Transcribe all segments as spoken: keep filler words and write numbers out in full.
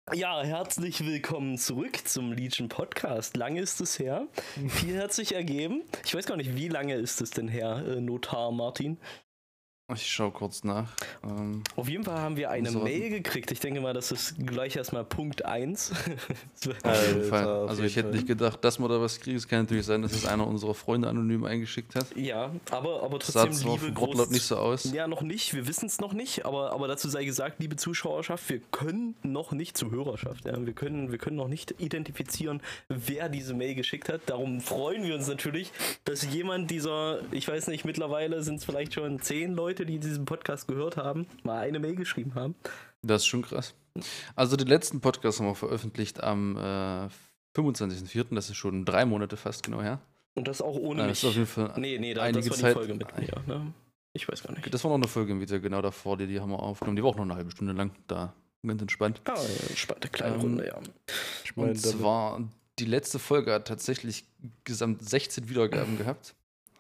Ja, herzlich willkommen zurück zum Legion Podcast. Lange ist es her. Viel hat sich ergeben. Ich weiß gar nicht, wie lange ist es denn her, äh, Notar Martin? Ich schau kurz nach. Ähm, Auf jeden Fall haben wir eine so Mail gekriegt. Ich denke mal, das ist gleich erstmal Punkt eins. Auf jeden Fall. Also ich hätte nicht gedacht, dass man da was kriegt. Es kann natürlich sein, dass es einer unserer Freunde anonym eingeschickt hat. Ja, aber, aber trotzdem sah zwar liebe vom Wortlaut nicht so aus. Ja, noch nicht. Wir wissen es noch nicht. Aber, aber dazu sei gesagt, liebe Zuschauerschaft, wir können noch nicht, Zuhörerschaft, ja, wir können, wir können noch nicht identifizieren, wer diese Mail geschickt hat. Darum freuen wir uns natürlich, dass jemand dieser, ich weiß nicht, mittlerweile sind es vielleicht schon zehn Leute, die diesen Podcast gehört haben, mal eine Mail geschrieben haben. Das ist schon krass. Also den letzten Podcast haben wir veröffentlicht am äh, fünfundzwanzigsten vierten Das ist schon drei Monate fast genau her. Und das auch ohne äh, mich. Das ist auf jeden Fall nee, nee, da, einige das war die Zeit, Folge mit mir, ne? Ich weiß gar nicht. Das war noch eine Folge mit dir, genau davor, die, die haben wir aufgenommen. Die war auch noch eine halbe Stunde lang, da ganz entspannt. Ah, ja, entspannte kleine ähm, Runde, ja. Ich mein, und zwar, die letzte Folge hat tatsächlich gesamt sechzehn Wiedergaben gehabt.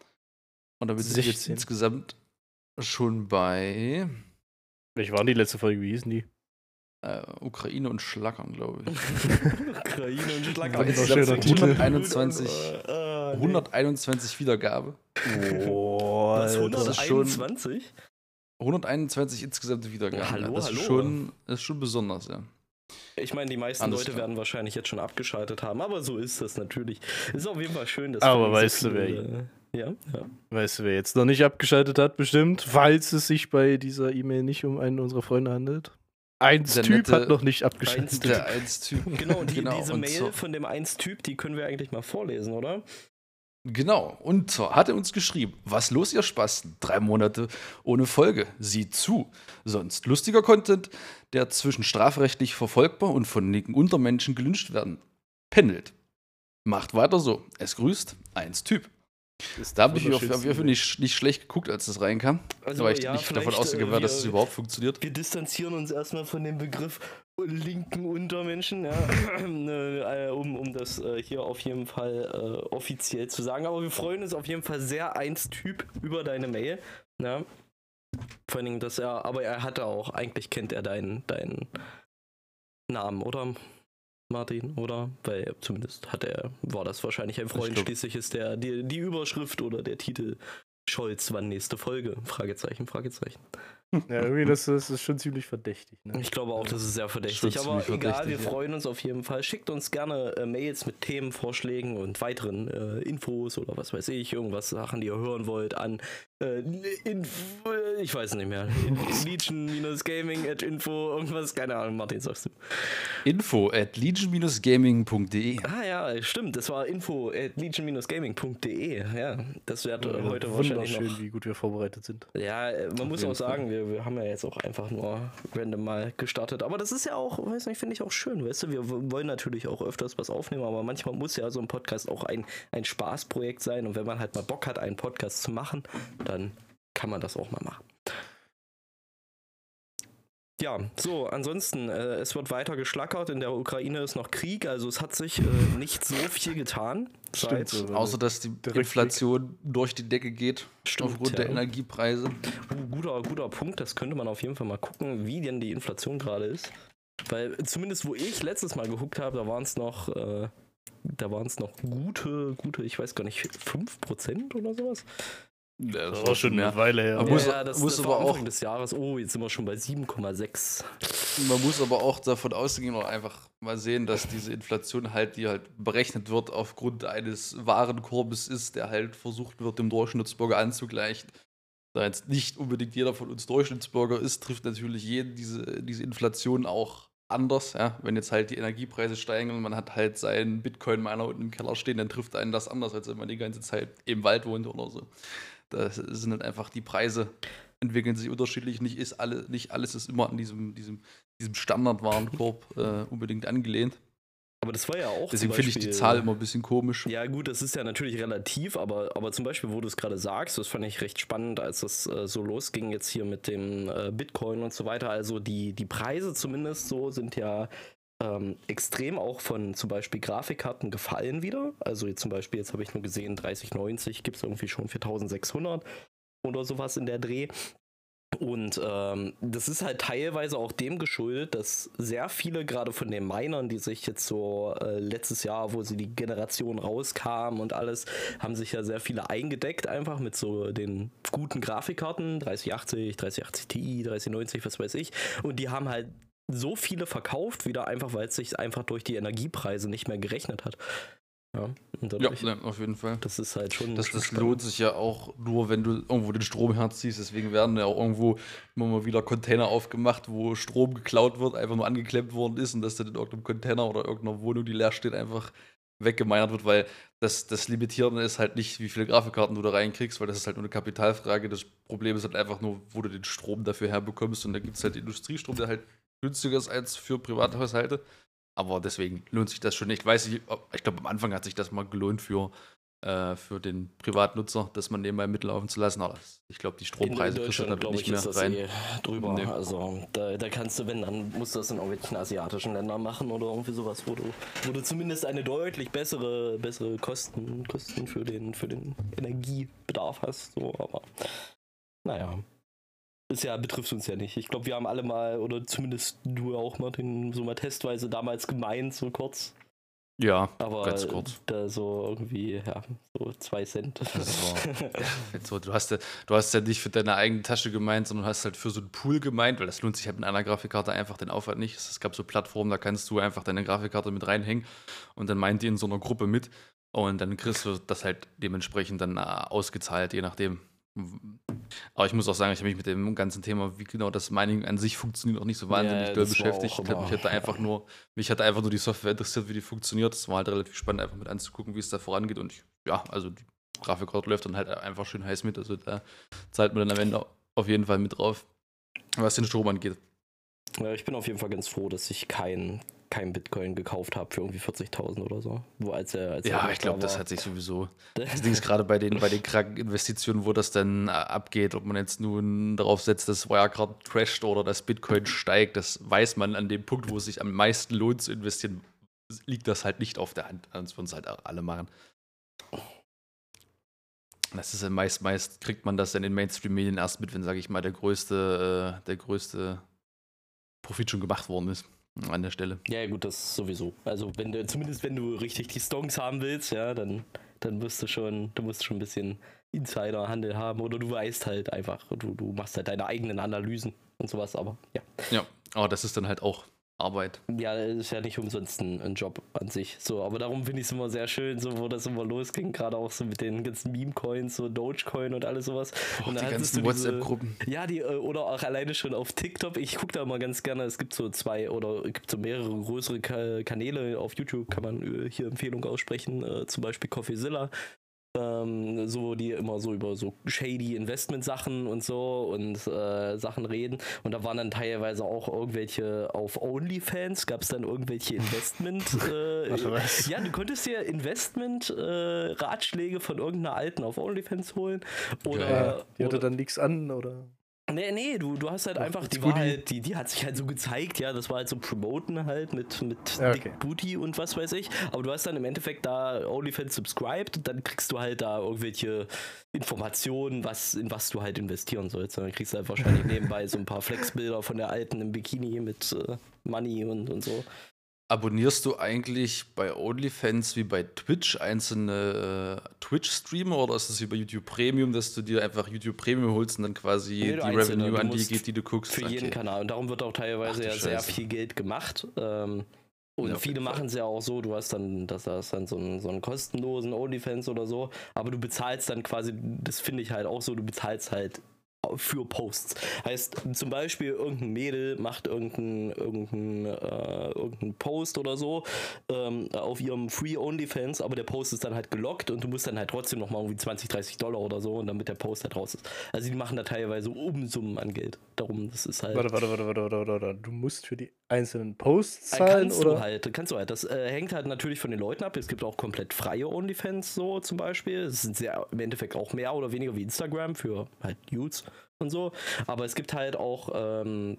Und damit sind wir jetzt insgesamt schon bei... Welche waren die letzte Folge? Wie hießen die? Äh, Ukraine und Schlackern, glaube ich. Ukraine und Schlackern. Das ist ein Titel. hunderteinundzwanzig, uh, nee. hunderteinundzwanzig Wiedergabe. Oh, was, hunderteinundzwanzig? hunderteinundzwanzig insgesamt Wiedergaben. Hallo, das hallo. Ist schon, das ist schon besonders, ja. Ich meine, die meisten Alles Leute klar. werden wahrscheinlich jetzt schon abgeschaltet haben, aber so ist das natürlich. Ist auf jeden Fall schön, dass... Aber so weißt viele, du, wer... Äh, ja, ja. Weißt du, wer jetzt noch nicht abgeschaltet hat, bestimmt, falls es sich bei dieser E-Mail nicht um einen unserer Freunde handelt? Eins Der Typ nette hat noch nicht abgeschaltet. Eins Der Eins-Typ. Genau, die, genau, diese und Mail so. von dem Eins-Typ, die können wir eigentlich mal vorlesen, oder? Genau, und zwar hat er uns geschrieben: Was los, ihr Spasten? Drei Monate ohne Folge. Sieht zu. Sonst lustiger Content, der zwischen strafrechtlich verfolgbar und von linken Untermenschen gelünscht werden pendelt. Macht weiter so. Es grüßt Eins-Typ. Da habe ich auf jeden Fall nicht, nicht schlecht geguckt, als das reinkam. Also, weil ich ja, nicht davon ausgegangen war, dass es überhaupt funktioniert. Wir distanzieren uns erstmal von dem Begriff linken Untermenschen, ja, um, um das äh, hier auf jeden Fall äh, offiziell zu sagen. Aber wir freuen uns auf jeden Fall sehr, Eins-Typ, über deine Mail. Ja. Vor allen Dingen, dass er, aber er hatte auch, eigentlich kennt er deinen, deinen Namen, oder? Martin, oder? Weil zumindest hat er, war das wahrscheinlich ein Freund, schließlich ist der, die, die Überschrift oder der Titel Scholz, wann nächste Folge? Fragezeichen, Fragezeichen. Ja, irgendwie, das, das ist schon ziemlich verdächtig. Ne? Ich glaube auch, das ist sehr verdächtig, schon aber egal, verdächtig, wir ja. freuen uns auf jeden Fall. Schickt uns gerne äh, Mails mit Themenvorschlägen und weiteren äh, Infos oder was weiß ich, irgendwas, Sachen, die ihr hören wollt, an äh, Info, ich weiß nicht mehr, legion Gaming at info, irgendwas, keine Ahnung, Martin, sagst du. Info at legion gaming punkt de. Ah ja, stimmt, das war info at legion gaming punkt de, ja, das wird ja, heute wahrscheinlich noch... wie gut wir vorbereitet sind. Ja, man muss auch sagen, wir, wir haben ja jetzt auch einfach nur random mal gestartet, aber das ist ja auch, weiß nicht, finde ich auch schön, weißt du, wir wollen natürlich auch öfters was aufnehmen, aber manchmal muss ja so ein Podcast auch ein, ein Spaßprojekt sein und wenn man halt mal Bock hat, einen Podcast zu machen, dann kann man das auch mal machen. Ja, so, ansonsten, äh, es wird weiter geschlackert, in der Ukraine ist noch Krieg, also es hat sich äh, nicht so viel getan. Seit, Stimmt, so, außer, dass die Inflation durch die Decke geht, Stimmt, aufgrund ja. der Energiepreise. Uh, guter, guter Punkt, das könnte man auf jeden Fall mal gucken, wie denn die Inflation gerade ist. Weil zumindest, wo ich letztes Mal geguckt habe, da waren es noch, äh, da waren es noch gute, gute, ich weiß gar nicht, fünf Prozent oder sowas. Ja, das war schon eine Weile her. Man Ja, muss, ja, das, muss das aber war Anfang auch, des Jahres. Oh, jetzt sind wir schon bei sieben Komma sechs. man muss aber auch davon ausgehen oder einfach mal sehen, dass diese Inflation halt, die halt berechnet wird aufgrund eines Warenkorbes ist, der halt versucht wird, dem Durchschnittsbürger anzugleichen. Da jetzt nicht unbedingt jeder von uns Durchschnittsbürger ist, trifft natürlich jeden diese, diese Inflation auch anders. Ja? Wenn jetzt halt die Energiepreise steigen und man hat halt seinen Bitcoin-Miner unten im Keller stehen, dann trifft einen das anders, als wenn man die ganze Zeit im Wald wohnt oder so. Da sind halt einfach die Preise, entwickeln sich unterschiedlich. Nicht, ist alle, nicht alles ist immer an diesem, diesem, diesem Standardwarenkorb äh, unbedingt angelehnt. Aber das war ja auch Deswegen zum finde ich Beispiel, die Zahl immer ein bisschen komisch. Ja gut, das ist ja natürlich relativ, aber, aber zum Beispiel, wo du es gerade sagst, das fand ich recht spannend, als das äh, so losging jetzt hier mit dem äh, Bitcoin und so weiter. Also die, die Preise zumindest so sind ja ähm, extrem auch von zum Beispiel Grafikkarten gefallen wieder. Also jetzt zum Beispiel, jetzt habe ich nur gesehen, dreißig neunzig gibt es irgendwie schon für eintausendsechshundert oder sowas in der Dreh. Und ähm, das ist halt teilweise auch dem geschuldet, dass sehr viele, gerade von den Minern, die sich jetzt so äh, letztes Jahr, wo sie die Generation rauskamen und alles, haben sich ja sehr viele eingedeckt einfach mit so den guten Grafikkarten, dreißig achtzig, dreißig achtzig Ti, dreißig neunzig, was weiß ich. Und die haben halt so viele verkauft wieder, einfach weil es sich einfach durch die Energiepreise nicht mehr gerechnet hat. Ja, und Ja, dadurch, ne, auf jeden Fall. das ist halt schon. Das, schon das spannend. lohnt sich ja auch nur, wenn du irgendwo den Strom herziehst. Deswegen werden ja auch irgendwo immer mal wieder Container aufgemacht, wo Strom geklaut wird, einfach nur angeklemmt worden ist und dass dann in irgendeinem Container oder irgendeiner Wohnung, die leer steht, einfach weggemeinert wird, weil das, das Limitierende ist halt nicht, wie viele Grafikkarten du da reinkriegst, weil das ist halt nur eine Kapitalfrage. Das Problem ist halt einfach nur, wo du den Strom dafür herbekommst. Und da gibt es halt Industriestrom, der halt günstiger ist als für private Haushalte. Aber deswegen lohnt sich das schon nicht. Ich weiß nicht, ob- ich glaube, am Anfang hat sich das mal gelohnt für, äh, für den Privatnutzer, das man nebenbei mitlaufen zu lassen. Aber das, ich glaube, die Strompreise in kriegst du Deutschland, damit glaube nicht ich, mehr ist das rein. eh drüber. Nee. Also da, da kannst du, wenn, dann musst du das in irgendwelchen asiatischen Ländern machen oder irgendwie sowas, wo du, wo du zumindest eine deutlich bessere, bessere Kosten, Kosten für den, für den Energiebedarf hast. So, aber naja. Ist ja, betrifft uns ja nicht. Ich glaube, wir haben alle mal, oder zumindest du auch, Martin, so mal testweise damals gemeint, so kurz. Ja, Aber ganz kurz. da so irgendwie, ja, so zwei Cent. Das war jetzt so, du, hast ja, du hast ja nicht für deine eigene Tasche gemeint, sondern hast halt für so einen Pool gemeint, weil das lohnt sich halt mit einer Grafikkarte einfach den Aufwand nicht. Es gab so Plattformen, da kannst du einfach deine Grafikkarte mit reinhängen und dann meint die in so einer Gruppe mit und dann kriegst du das halt dementsprechend dann äh, ausgezahlt, je nachdem. Aber ich muss auch sagen, ich habe mich mit dem ganzen Thema, wie genau das Mining an sich funktioniert, auch nicht so wahnsinnig Ja, doll das war beschäftigt. auch Ich glaube, mich immer- hätte einfach nur, mich hat einfach nur die Software interessiert, wie die funktioniert. Es war halt relativ spannend, einfach mit anzugucken, wie es da vorangeht. Und ich, ja, also die Grafikkarte läuft dann halt einfach schön heiß mit. Also da zahlt man dann am Ende auf jeden Fall mit drauf, was den Strom angeht. Ja, ich bin auf jeden Fall ganz froh, dass ich kein, kein Bitcoin gekauft habe für irgendwie vierzigtausend oder so. Wo als er, als er Ja, noch ich glaube, da das war. hat sich sowieso. Das Ding ist gerade bei den, bei den kranken Investitionen, wo das dann äh, abgeht, ob man jetzt nun darauf setzt, dass Wirecard crasht oder dass Bitcoin steigt, das weiß man an dem Punkt, wo es sich am meisten lohnt zu investieren, liegt das halt nicht auf der Hand. Sonst würden es halt auch alle machen. Das ist ja meist, meist kriegt man das dann in Mainstream-Medien erst mit, wenn, sage ich mal, der größte, äh, der größte Profit schon gemacht worden ist an der Stelle. Ja, gut, das sowieso. Also wenn du, zumindest wenn du richtig die Stonks haben willst, ja, dann, dann musst du schon, du musst schon ein bisschen Insiderhandel haben oder du weißt halt einfach, du, du machst halt deine eigenen Analysen und sowas, aber ja. Ja, aber das ist dann halt auch Arbeit. Ja, ist ja nicht umsonst ein, ein Job an sich. So, aber darum finde ich es immer sehr schön, so wo das immer losging, gerade auch so mit den ganzen Meme-Coins, so Dogecoin und alles sowas. Oh, und die dann hattest ganzen du diese- WhatsApp-Gruppen. Ja, die, äh, oder auch alleine schon auf TikTok. Ich gucke da immer ganz gerne, es gibt so zwei oder es gibt so mehrere größere Ka- Kanäle auf YouTube, kann man äh, hier Empfehlung aussprechen, äh, zum Beispiel Coffeezilla. Ähm, so, die immer so über so shady Investment-Sachen und so und äh, Sachen reden. Und da waren dann teilweise auch irgendwelche auf OnlyFans, gab es dann irgendwelche Investment. Äh, Warte, was? ja, du konntest dir Investment-Ratschläge von irgendeiner alten auf OnlyFans holen. Oder, Geil. Die hatte oder dann nichts an, oder? Nee, nee, du, du hast halt Ach, einfach, als die war Goodie. halt, die, die hat sich halt so gezeigt, ja, das war halt so Promoten halt mit, mit Ja, okay. Dick Booty und was weiß ich. Aber du hast dann im Endeffekt da OnlyFans subscribed und dann kriegst du halt da irgendwelche Informationen, was, in was du halt investieren sollst. Und dann kriegst du halt wahrscheinlich nebenbei so ein paar Flexbilder von der Alten im Bikini mit äh, Money und, und so. Abonnierst du eigentlich bei OnlyFans wie bei Twitch einzelne äh, Twitch-Streamer oder ist es wie bei YouTube Premium, dass du dir einfach YouTube Premium holst und dann quasi Nee, die du Einzelne. Revenue Du an die musst geht, die du guckst? Für jeden Okay. Kanal. Und darum wird auch teilweise Ach du ja sehr Scheiße. viel Geld gemacht. Ähm, und Ja, auf viele jeden Fall. machen es ja auch so, du hast dann, das hast dann so einen, so einen kostenlosen OnlyFans oder so, aber du bezahlst dann quasi, das finde ich halt auch so, du bezahlst halt für Posts. Heißt, zum Beispiel irgendein Mädel macht irgendeinen irgendein, äh, irgendein Post oder so ähm, auf ihrem Free OnlyFans, aber der Post ist dann halt gelockt und du musst dann halt trotzdem nochmal irgendwie zwanzig, dreißig Dollar oder so und damit der Post halt raus ist. Also die machen da teilweise Umsummen an Geld. Darum, das ist halt... Warte, warte, warte, warte, warte, warte, warte. Du musst für die einzelnen Posts Äh, zahlen, Kannst oder? du halt, kannst du halt. Das äh, hängt halt natürlich von den Leuten ab. Es gibt auch komplett freie OnlyFans so zum Beispiel. Es sind sehr im Endeffekt auch mehr oder weniger wie Instagram für halt Youths und so. Aber es gibt halt auch ähm,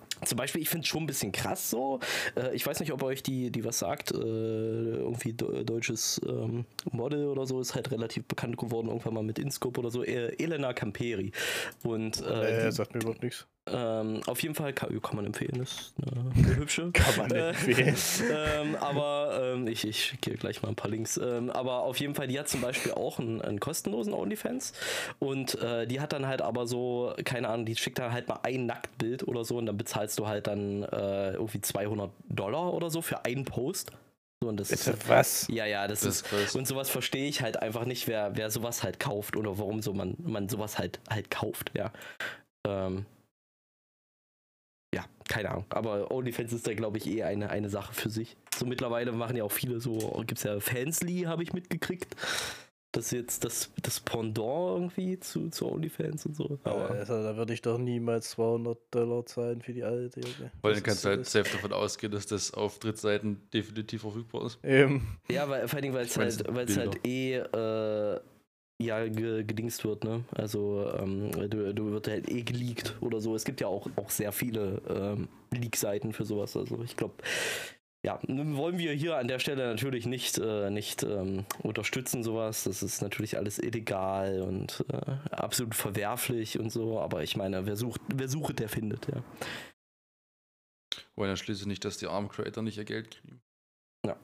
zum Beispiel, ich finde es schon ein bisschen krass so. Äh, ich weiß nicht, ob euch die, die was sagt. Äh, irgendwie de deutsches ähm, Model oder so ist halt relativ bekannt geworden, irgendwann mal mit InScope oder so. E Elena Camperi. Und äh, Äh, die, sagt mir überhaupt nichts. ähm, auf jeden Fall kann, kann man empfehlen, ist eine, eine hübsche. Kann man Äh, empfehlen. ähm, aber ähm, ich, ich schicke gleich mal ein paar Links. Ähm, aber auf jeden Fall, die hat zum Beispiel auch einen, einen kostenlosen OnlyFans und äh, die hat dann halt aber so, keine Ahnung, die schickt dann halt mal ein Nacktbild oder so und dann bezahlst du halt dann äh, irgendwie zweihundert Dollar oder so für einen Post. So, und das Bitte, ist, was? ja, ja, das, Das ist, ist krass. und sowas verstehe ich halt einfach nicht, wer, wer sowas halt kauft oder warum so man, man sowas halt halt kauft, ja. Ähm, Ja, keine Ahnung. Aber OnlyFans ist da, glaube ich, eh eine, eine Sache für sich. So mittlerweile machen ja auch viele so, gibt es ja Fansly, habe ich mitgekriegt. Das ist jetzt das, das Pendant irgendwie zu, zu OnlyFans und so. Aber Also, da würde ich doch niemals zweihundert Dollar zahlen für die alte. Junge. Weil Das dann kannst ist du halt alles. safe davon ausgehen, dass das auf Drittseiten definitiv verfügbar ist. Ähm, ja, weil, vor allem, weil es Ich mein, halt, es weil's sind halt eh äh, ja, ge, gedingst wird, ne? Also ähm, du, du wird halt eh geleakt oder so. Es gibt ja auch, auch sehr viele ähm, Leak-Seiten für sowas. Also ich glaube, ja, nun wollen wir hier an der Stelle natürlich nicht, äh, nicht ähm, unterstützen, sowas. Das ist natürlich alles illegal und äh, absolut verwerflich und so. Aber ich meine, wer sucht, wer sucht, der findet, ja. Weil dann schließe nicht, dass die armen Creator nicht ihr Geld kriegen. Ja.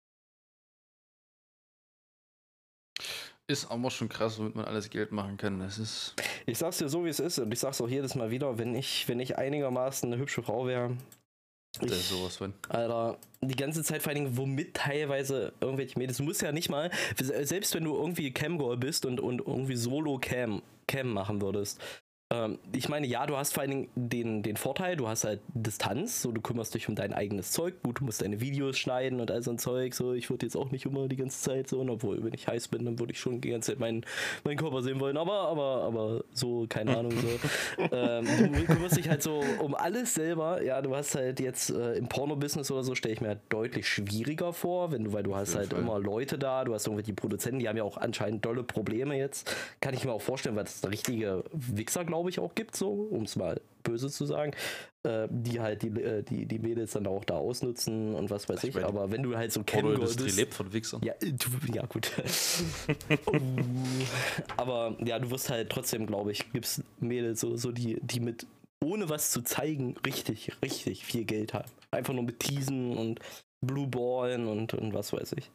Ist aber schon krass, womit man alles Geld machen kann. Das ist. Ich sag's dir so, wie es ist und ich sag's auch jedes Mal wieder, wenn ich, wenn ich einigermaßen eine hübsche Frau wäre, Das ist sowas von. Alter, die ganze Zeit vor allen Dingen, womit teilweise irgendwelche Mädels, du musst ja nicht mal, selbst wenn du irgendwie Camgirl bist und, und irgendwie Solo-Cam Cam machen würdest, ähm, ich meine, ja, du hast vor allen Dingen den, den Vorteil, du hast halt Distanz, so du kümmerst dich um dein eigenes Zeug, gut, du musst deine Videos schneiden und all so ein Zeug, so, ich würde jetzt auch nicht immer die ganze Zeit so, und obwohl, wenn ich heiß bin, dann würde ich schon die ganze Zeit meinen, meinen Körper sehen wollen, aber, aber, aber so, keine Ahnung, so. ähm, du kümmerst dich halt so um alles selber, ja, du hast halt jetzt äh, im Porno-Business oder so, stelle ich mir halt deutlich schwieriger vor, wenn du, weil du Auf hast jeden halt Fall. immer Leute da, du hast irgendwelche Produzenten, die haben ja auch anscheinend dolle Probleme jetzt, kann ich mir auch vorstellen, weil es da richtige Wichser, glaube ich, auch gibt, so, um es mal böse zu sagen, äh, die halt die, äh, die, die Mädels dann auch da ausnutzen und was weiß ich, Ich meine, aber wenn du halt so Camgirl Pornoindustrie bist, lebt von Wichsern. ja, äh, du, ja gut. Oh. Aber ja, du wirst halt trotzdem, glaube ich, gibt es Mädels so, so die, die mit, ohne was zu zeigen, richtig, richtig viel Geld haben. Einfach nur mit Teasen und Blue Ballen und, und was weiß ich.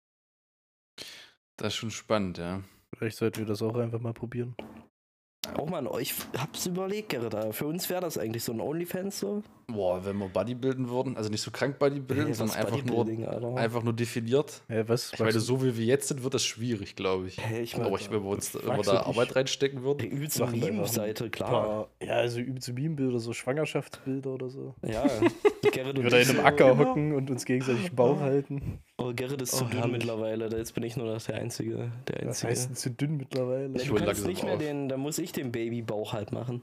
Das ist schon spannend, ja. vielleicht sollten wir das auch einfach mal probieren. Auch mal an euch, hab's überlegt, Gerda. Für uns wäre das eigentlich so ein OnlyFans so. Boah, wenn wir Bodybuilden würden, also nicht so krank Bodybuilden, Hey, sondern was einfach nur, Bodybuilding, Alter. einfach nur definiert. Ja, was? Ich meine, so wie wir jetzt sind, wird das schwierig, glaube ich. Hey, ich Aber meine, ich, wenn wir uns wenn wir Wachst du da dich? Arbeit reinstecken die würden. übelste Machen wir einfach Meme-Seite, ein klar. paar, ja, also übelste Meme-Bilder, so Schwangerschaftsbilder oder so. Ja, Gerrit Wir und da ich in einem so, Acker hocken und uns gegenseitig den Bauch halten. Oh, Gerrit ist Oh, zu dünn herrlich. mittlerweile. Jetzt bin ich nur noch der Einzige. Der Das Einzige. heißt, zu dünn mittlerweile. Ja, Ich du hol kannst langsam nicht mehr auf. den, da muss ich den Babybauch halt machen.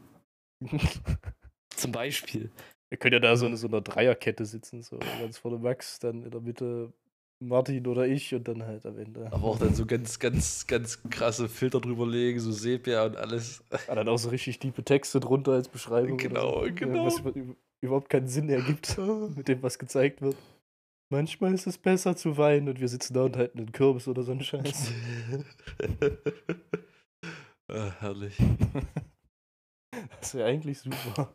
Zum Beispiel. Wir können ja da so in so einer Dreierkette sitzen, so ganz vorne Max, dann in der Mitte Martin oder ich und dann halt am Ende. Aber auch dann so ganz, ganz, ganz krasse Filter drüber legen, so Sepia und alles. Ah, dann auch so richtig tiefe Texte drunter als Beschreibung. Genau, oder so, genau. Was über- überhaupt keinen Sinn ergibt mit dem, was gezeigt wird. Manchmal ist es besser zu weinen und wir sitzen da und halten einen Kürbis oder so einen Scheiß. Ah, herrlich. Das wäre eigentlich super.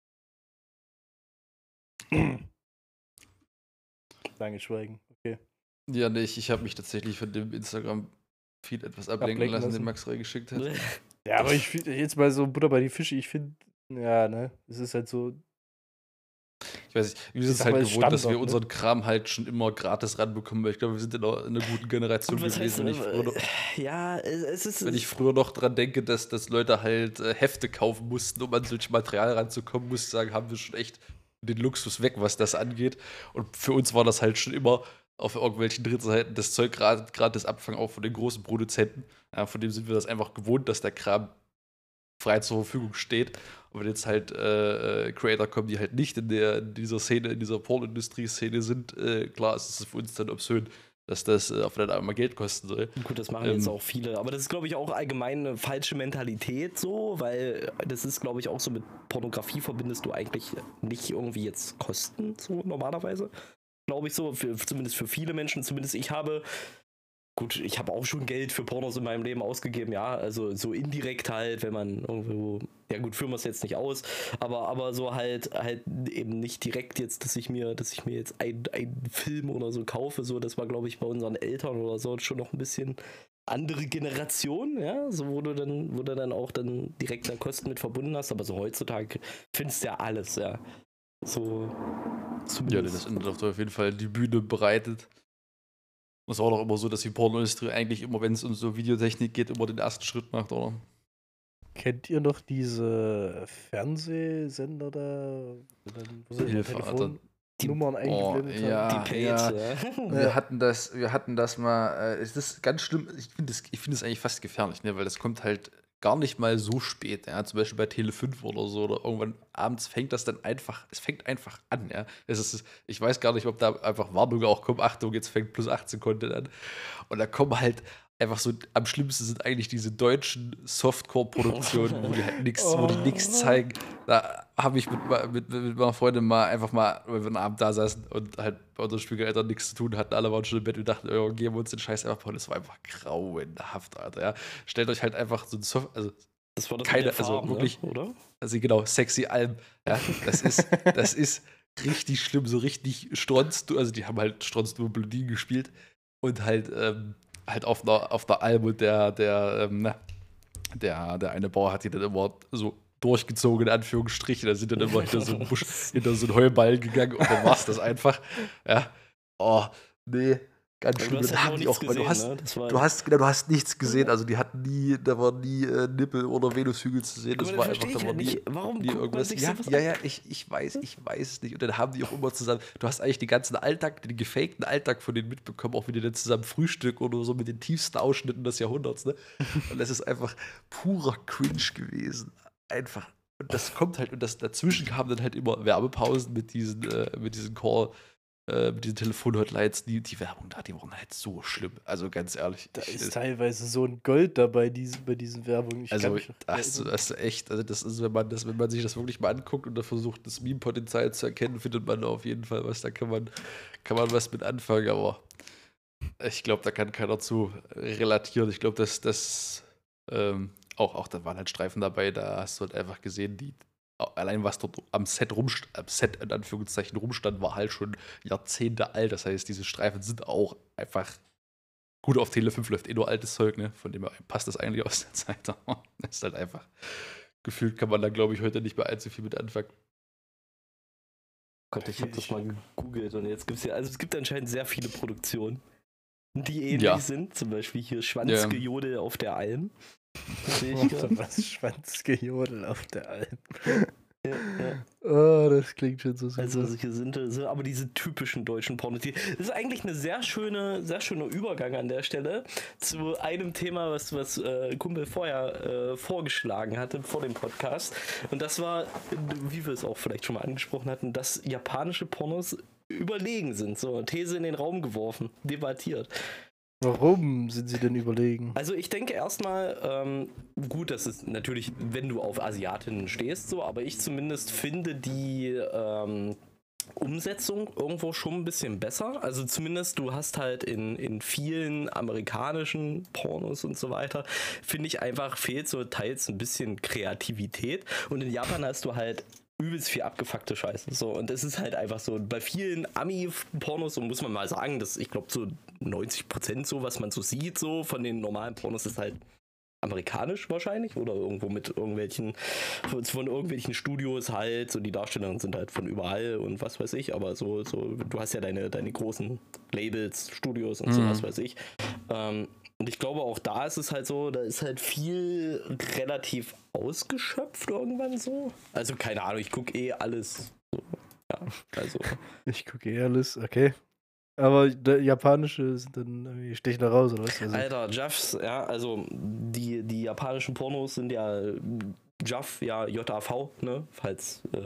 Lange Schweigen. Okay. Ja, nee, ich, ich habe mich tatsächlich von dem Instagram-Feed etwas ablenken, Ablenken lassen, lassen. den Max reingeschickt hat. Ja, aber ich find, jetzt mal so Butter bei die Fische, ich finde, ja, ne, es ist halt so, Ich weiß nicht, wir Ich sind es sag halt mal, gewohnt, Standard, dass wir ne? unseren Kram halt schon immer gratis ranbekommen, weil ich glaube, wir sind in einer, in einer guten Generation Und was heißt, gewesen. Wenn ich, früher noch, äh, ja, es, es ist. wenn ich früher noch dran denke, dass, dass Leute halt äh, Hefte kaufen mussten, um an solches Material ranzukommen, muss ich sagen, haben wir schon echt den Luxus weg, was das angeht. Und für uns war das halt schon immer auf irgendwelchen Drittseiten das Zeug gerade gratis abfangen, auch von den großen Produzenten. Ja, von dem sind wir das einfach gewohnt, dass der Kram frei zur Verfügung steht. Und wenn jetzt halt äh, äh, Creator kommen, die halt nicht in, der, in dieser Szene, in dieser Pornindustrie-Szene sind, äh, klar ist es für uns dann obszön, dass das äh, auf einmal Geld kosten soll. Gut, das machen Ähm, jetzt auch viele, aber das ist, glaube ich, auch allgemein eine falsche Mentalität so, weil das ist, glaube ich, auch so mit Pornografie verbindest du eigentlich nicht irgendwie jetzt Kosten so normalerweise. Glaube ich so, für, zumindest für viele Menschen, zumindest ich habe, gut, ich habe auch schon Geld für Pornos in meinem Leben ausgegeben, ja, also so indirekt halt, wenn man irgendwo, ja gut, führen wir es jetzt nicht aus, aber, aber so halt, halt eben nicht direkt jetzt, dass ich mir, dass ich mir jetzt einen Film oder so kaufe, so, das war, glaube ich, bei unseren Eltern oder so schon noch ein bisschen andere Generation, ja, so wo du dann, wo du dann auch dann direkt da Kosten mit verbunden hast, aber so heutzutage findest du ja alles, ja, so Ja, das Internet auf jeden Fall die Bühne bereitet. Das war doch immer so, dass die Pornoindustrie eigentlich immer, wenn es um so Videotechnik geht, immer den ersten Schritt macht, oder? Kennt ihr noch diese Fernsehsender da, wo dann- wo sie Hilfe, Telefonnummern eingeblendet oh, ja. haben? die Page, ja. ja. Wir hatten das, wir hatten das mal, äh, es ist ganz schlimm, ich finde das, ich finde das eigentlich fast gefährlich, ne, weil das kommt halt gar nicht mal so spät, ja, zum Beispiel bei Tele fünf oder so, oder irgendwann abends fängt das dann einfach, es fängt einfach an, ja. Es ist, ich weiß gar nicht, ob da einfach Warnungen auch kommen, Achtung, jetzt fängt plus achtzehn Content an. Und da kommen halt einfach so, am schlimmsten sind eigentlich diese deutschen Softcore-Produktionen, wo die halt nichts, wo die nichts zeigen. Da habe ich mit, mit, mit meiner Freundin mal einfach mal, weil wir einen Abend da saßen und halt bei unseren Schwiegereltern nichts zu tun hatten, alle waren schon im Bett und dachten, oh, geben wir uns den Scheiß einfach mal. Das war einfach grauenhaft, Alter. Ja. Stellt euch halt einfach so ein Soft, also Das war das keine, mit der Farbe, also wirklich, ne? Oder? also genau, sexy Alben. Ja, das ist, das ist richtig schlimm, so richtig stronzt, also die haben halt stronzt nur Blondinen gespielt und halt, ähm, halt auf einer, auf einer Alm und der, der, ähm, na, der, der eine Bauer hat die dann immer so durchgezogen, in Anführungsstrichen. Da sind dann immer hinter so einen Busch, hinter so einen Heuballen gegangen und dann war es das einfach. Ja. Oh, nee, ganz Aber schlimm. du hast Dann halt haben noch die nichts auch, weil du gesehen, hast, ne? Das war- du hast, genau, du hast nichts gesehen. Also die hatten nie, da war nie äh, Nippel oder Venushügel zu sehen. Das Aber war das einfach, verstehe ich da ja war nie, nicht. Warum nie guckt man irgendwas. sich Ja, sowas ja, an? ja, ich, ich weiß, ich weiß es nicht. Und dann haben die auch immer zusammen, du hast eigentlich den ganzen Alltag, den gefakten Alltag von denen mitbekommen, auch wie die dann zusammen Frühstück oder so mit den tiefsten Ausschnitten des Jahrhunderts, ne? Und das ist einfach purer Cringe gewesen. Einfach. Und das kommt halt, und das dazwischen kamen dann halt immer Werbepausen mit diesen, äh, mit diesen Call, äh, mit diesen Telefonhotlines, die, die Werbung da, die waren halt so schlimm. Also ganz ehrlich. Da ich- ist teilweise so ein Gold dabei diese, bei diesen Werbungen. Ich kann also, mich noch das, erinnern. das ist echt, also das ist, wenn man das, wenn man sich das wirklich mal anguckt und da versucht, das Meme-Potenzial zu erkennen, findet man da auf jeden Fall was, da kann man, kann man was mit anfangen, aber ich glaube, da kann keiner zu relatieren. Ich glaube, dass das ähm, auch, auch da waren halt Streifen dabei, da hast du halt einfach gesehen, die allein was dort am Set rumst am Set in Anführungszeichen rumstand, war halt schon Jahrzehnte alt. Das heißt, diese Streifen sind auch einfach gut. Auf Tele fünf läuft eh nur altes Zeug, ne? Von dem her passt das eigentlich aus der Zeit. Aber das ist halt einfach gefühlt, kann man da, glaube ich, heute nicht mehr allzu viel mit anfangen. Gott, ich habe das mal gegoogelt und jetzt gibt es ja, also es gibt anscheinend sehr viele Produktionen, die ähnlich Ja. sind. Zum Beispiel hier Schwanzgejodel auf der Alm. Sehe ich Warte, gerade. was? Schwanzgejodel auf der Alm. Ja, ja. Oh, das klingt schon so super. Also solche sind so, aber diese typischen deutschen Pornos. die- Das ist eigentlich eine sehr schöne, sehr schöner Übergang an der Stelle zu einem Thema, was, was äh, Kumpel vorher äh, vorgeschlagen hatte vor dem Podcast. Und das war, wie wir es auch vielleicht schon mal angesprochen hatten, dass japanische Pornos überlegen sind. So, These in den Raum geworfen, debattiert. Warum sind sie denn überlegen? Also ich denke erstmal, ähm, gut, das ist natürlich, wenn du auf Asiatinnen stehst, so, aber ich zumindest finde die ähm, Umsetzung irgendwo schon ein bisschen besser. Also zumindest du hast halt in, in vielen amerikanischen Pornos und so weiter, finde ich einfach, fehlt so teils ein bisschen Kreativität. Und in Japan hast du halt übelst viel abgefuckte Scheiße. So, und es ist halt einfach so, bei vielen Ami-Pornos, so muss man mal sagen, dass ich glaube so neunzig Prozent so, was man so sieht, so von den normalen Pornos ist halt amerikanisch wahrscheinlich oder irgendwo mit irgendwelchen, von irgendwelchen Studios halt, so die Darstellerinnen sind halt von überall und was weiß ich, aber so, so du hast ja deine, deine großen Labels, Studios und so Mhm. was weiß ich. Ähm, und ich glaube, auch da ist es halt so, da ist halt viel relativ ausgeschöpft irgendwann so. Also keine Ahnung, ich gucke eh alles so. Ja, also. Ich gucke eh alles, okay. Aber der japanische sind dann irgendwie stechen da raus, oder was? Also, Alter, Jaffs, ja, also die, die japanischen Pornos sind ja Jaff, ja, J A V, ne, falls äh,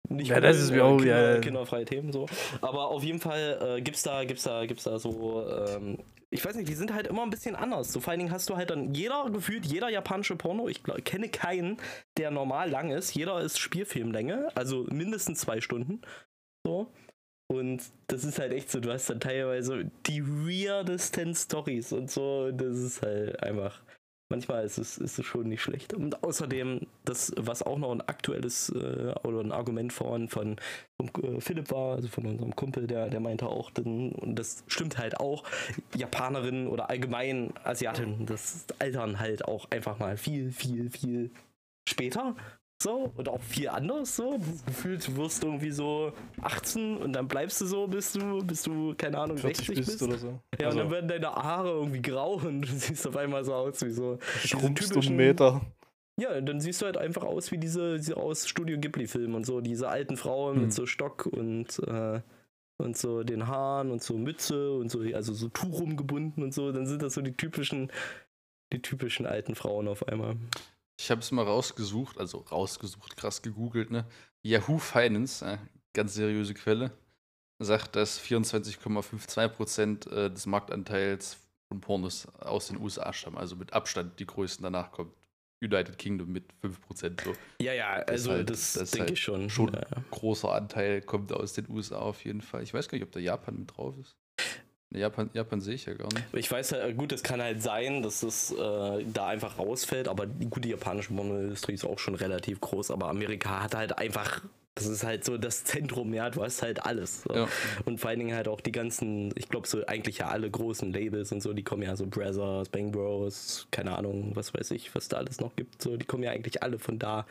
nicht Ja, das cool, ist mir äh, auch, Kinder, ja. kinderfreie Themen so. Aber auf jeden Fall äh, gibt's da, gibt's da, gibt's da so, ähm, ich weiß nicht, die sind halt immer ein bisschen anders. So vor allen Dingen hast du halt dann jeder, gefühlt jeder japanische Porno, ich glaub, kenne keinen, der normal lang ist. Jeder ist Spielfilmlänge, also mindestens zwei Stunden. So. Und das ist halt echt so, du hast dann teilweise die weirdesten Storys und so. Das ist halt einfach. Manchmal ist es, ist es schon nicht schlecht. Und außerdem, das, was auch noch ein aktuelles äh, oder ein Argument von, von, von äh, Philipp war, also von unserem Kumpel, der, der meinte auch, denn, und das stimmt halt auch, Japanerinnen oder allgemein Asiatinnen, das altern halt auch einfach mal viel, viel, viel später. So, und auch viel anders so. Gefühlt, du wirst irgendwie so achtzehn und dann bleibst du so, bis du, bis du, keine Ahnung, vierzig sechzig bist bist. oder so. Ja, Also, und dann werden deine Haare irgendwie grau und du siehst auf einmal so aus wie so. diese schrumpfst um typischen- einen Meter. Ja, dann siehst du halt einfach aus wie diese, diese aus Studio Ghibli-Filmen und so, diese alten Frauen Hm. mit so Stock und, äh, und so den Haaren und so Mütze und so, also so Tuch umgebunden und so, dann sind das so die typischen, die typischen alten Frauen auf einmal. Ich habe es mal rausgesucht, also rausgesucht, krass gegoogelt, ne? Yahoo Finance, äh, ganz seriöse Quelle, sagt, dass vierundzwanzig Komma zweiundfünfzig Prozent äh, des Marktanteils von Pornos aus den U S A stammen, also mit Abstand die größten. Danach kommt United Kingdom mit fünf Prozent. So. Ja, ja, Das ist also halt- das, das ist denke halt ich schon. schon Ja. Großer Anteil kommt aus den U S A auf jeden Fall. Ich weiß gar nicht, ob da Japan mit drauf ist. Ne, Japan, Japan sehe ich ja gar nicht. Ich weiß ja, gut, es kann halt sein, dass es äh, da einfach rausfällt, aber die gute japanische Pornoindustrie ist auch schon relativ groß, aber Amerika hat halt einfach, das ist halt so das Zentrum, ja, du hast halt alles. So. Ja. Und vor allen Dingen halt auch die ganzen, ich glaube so eigentlich ja alle großen Labels und so, die kommen ja so Brothers, Bang Bros, keine Ahnung, was weiß ich, was da alles noch gibt, so, die kommen ja eigentlich alle von da.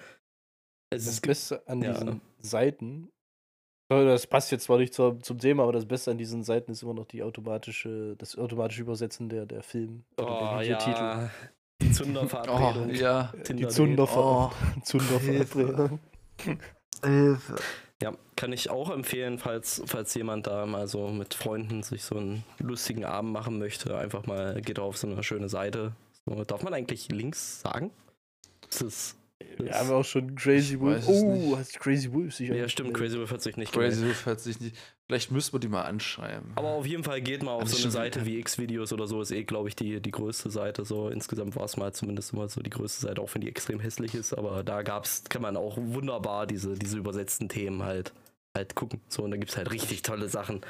Es Das ist, Beste an ja. diesen Seiten, oh, das passt jetzt zwar nicht zur, zum Thema, aber das Beste an diesen Seiten ist immer noch die automatische, das automatische Übersetzen der, der Film oder oh der Videotitel. ja, die Oh, Zunderverabredung. ja. Die Tinder-Date. Zunderver Oh. Zunderverabredung. Ja, kann ich auch empfehlen, falls, falls jemand da mal so mit Freunden sich so einen lustigen Abend machen möchte. Einfach mal, geht auf so eine schöne Seite. So, darf man eigentlich Links sagen? Das ist, Wir haben auch schon Crazy Ich Wolf. weiß es Oh, nicht. hast Crazy Wolf sicher. ja, stimmt, Crazy Wolf hat sich nicht Crazy gemeldet. Wolf hat sich nicht. Vielleicht müssen wir die mal anschreiben. Aber auf jeden Fall geht mal auf Also so eine schon- Seite wie X-Videos oder so, ist eh, glaube ich, die, die größte Seite. So insgesamt war es mal zumindest immer so die größte Seite, auch wenn die extrem hässlich ist. Aber da gab's, kann man auch wunderbar diese, diese übersetzten Themen halt, halt gucken. So, und da gibt es halt richtig tolle Sachen.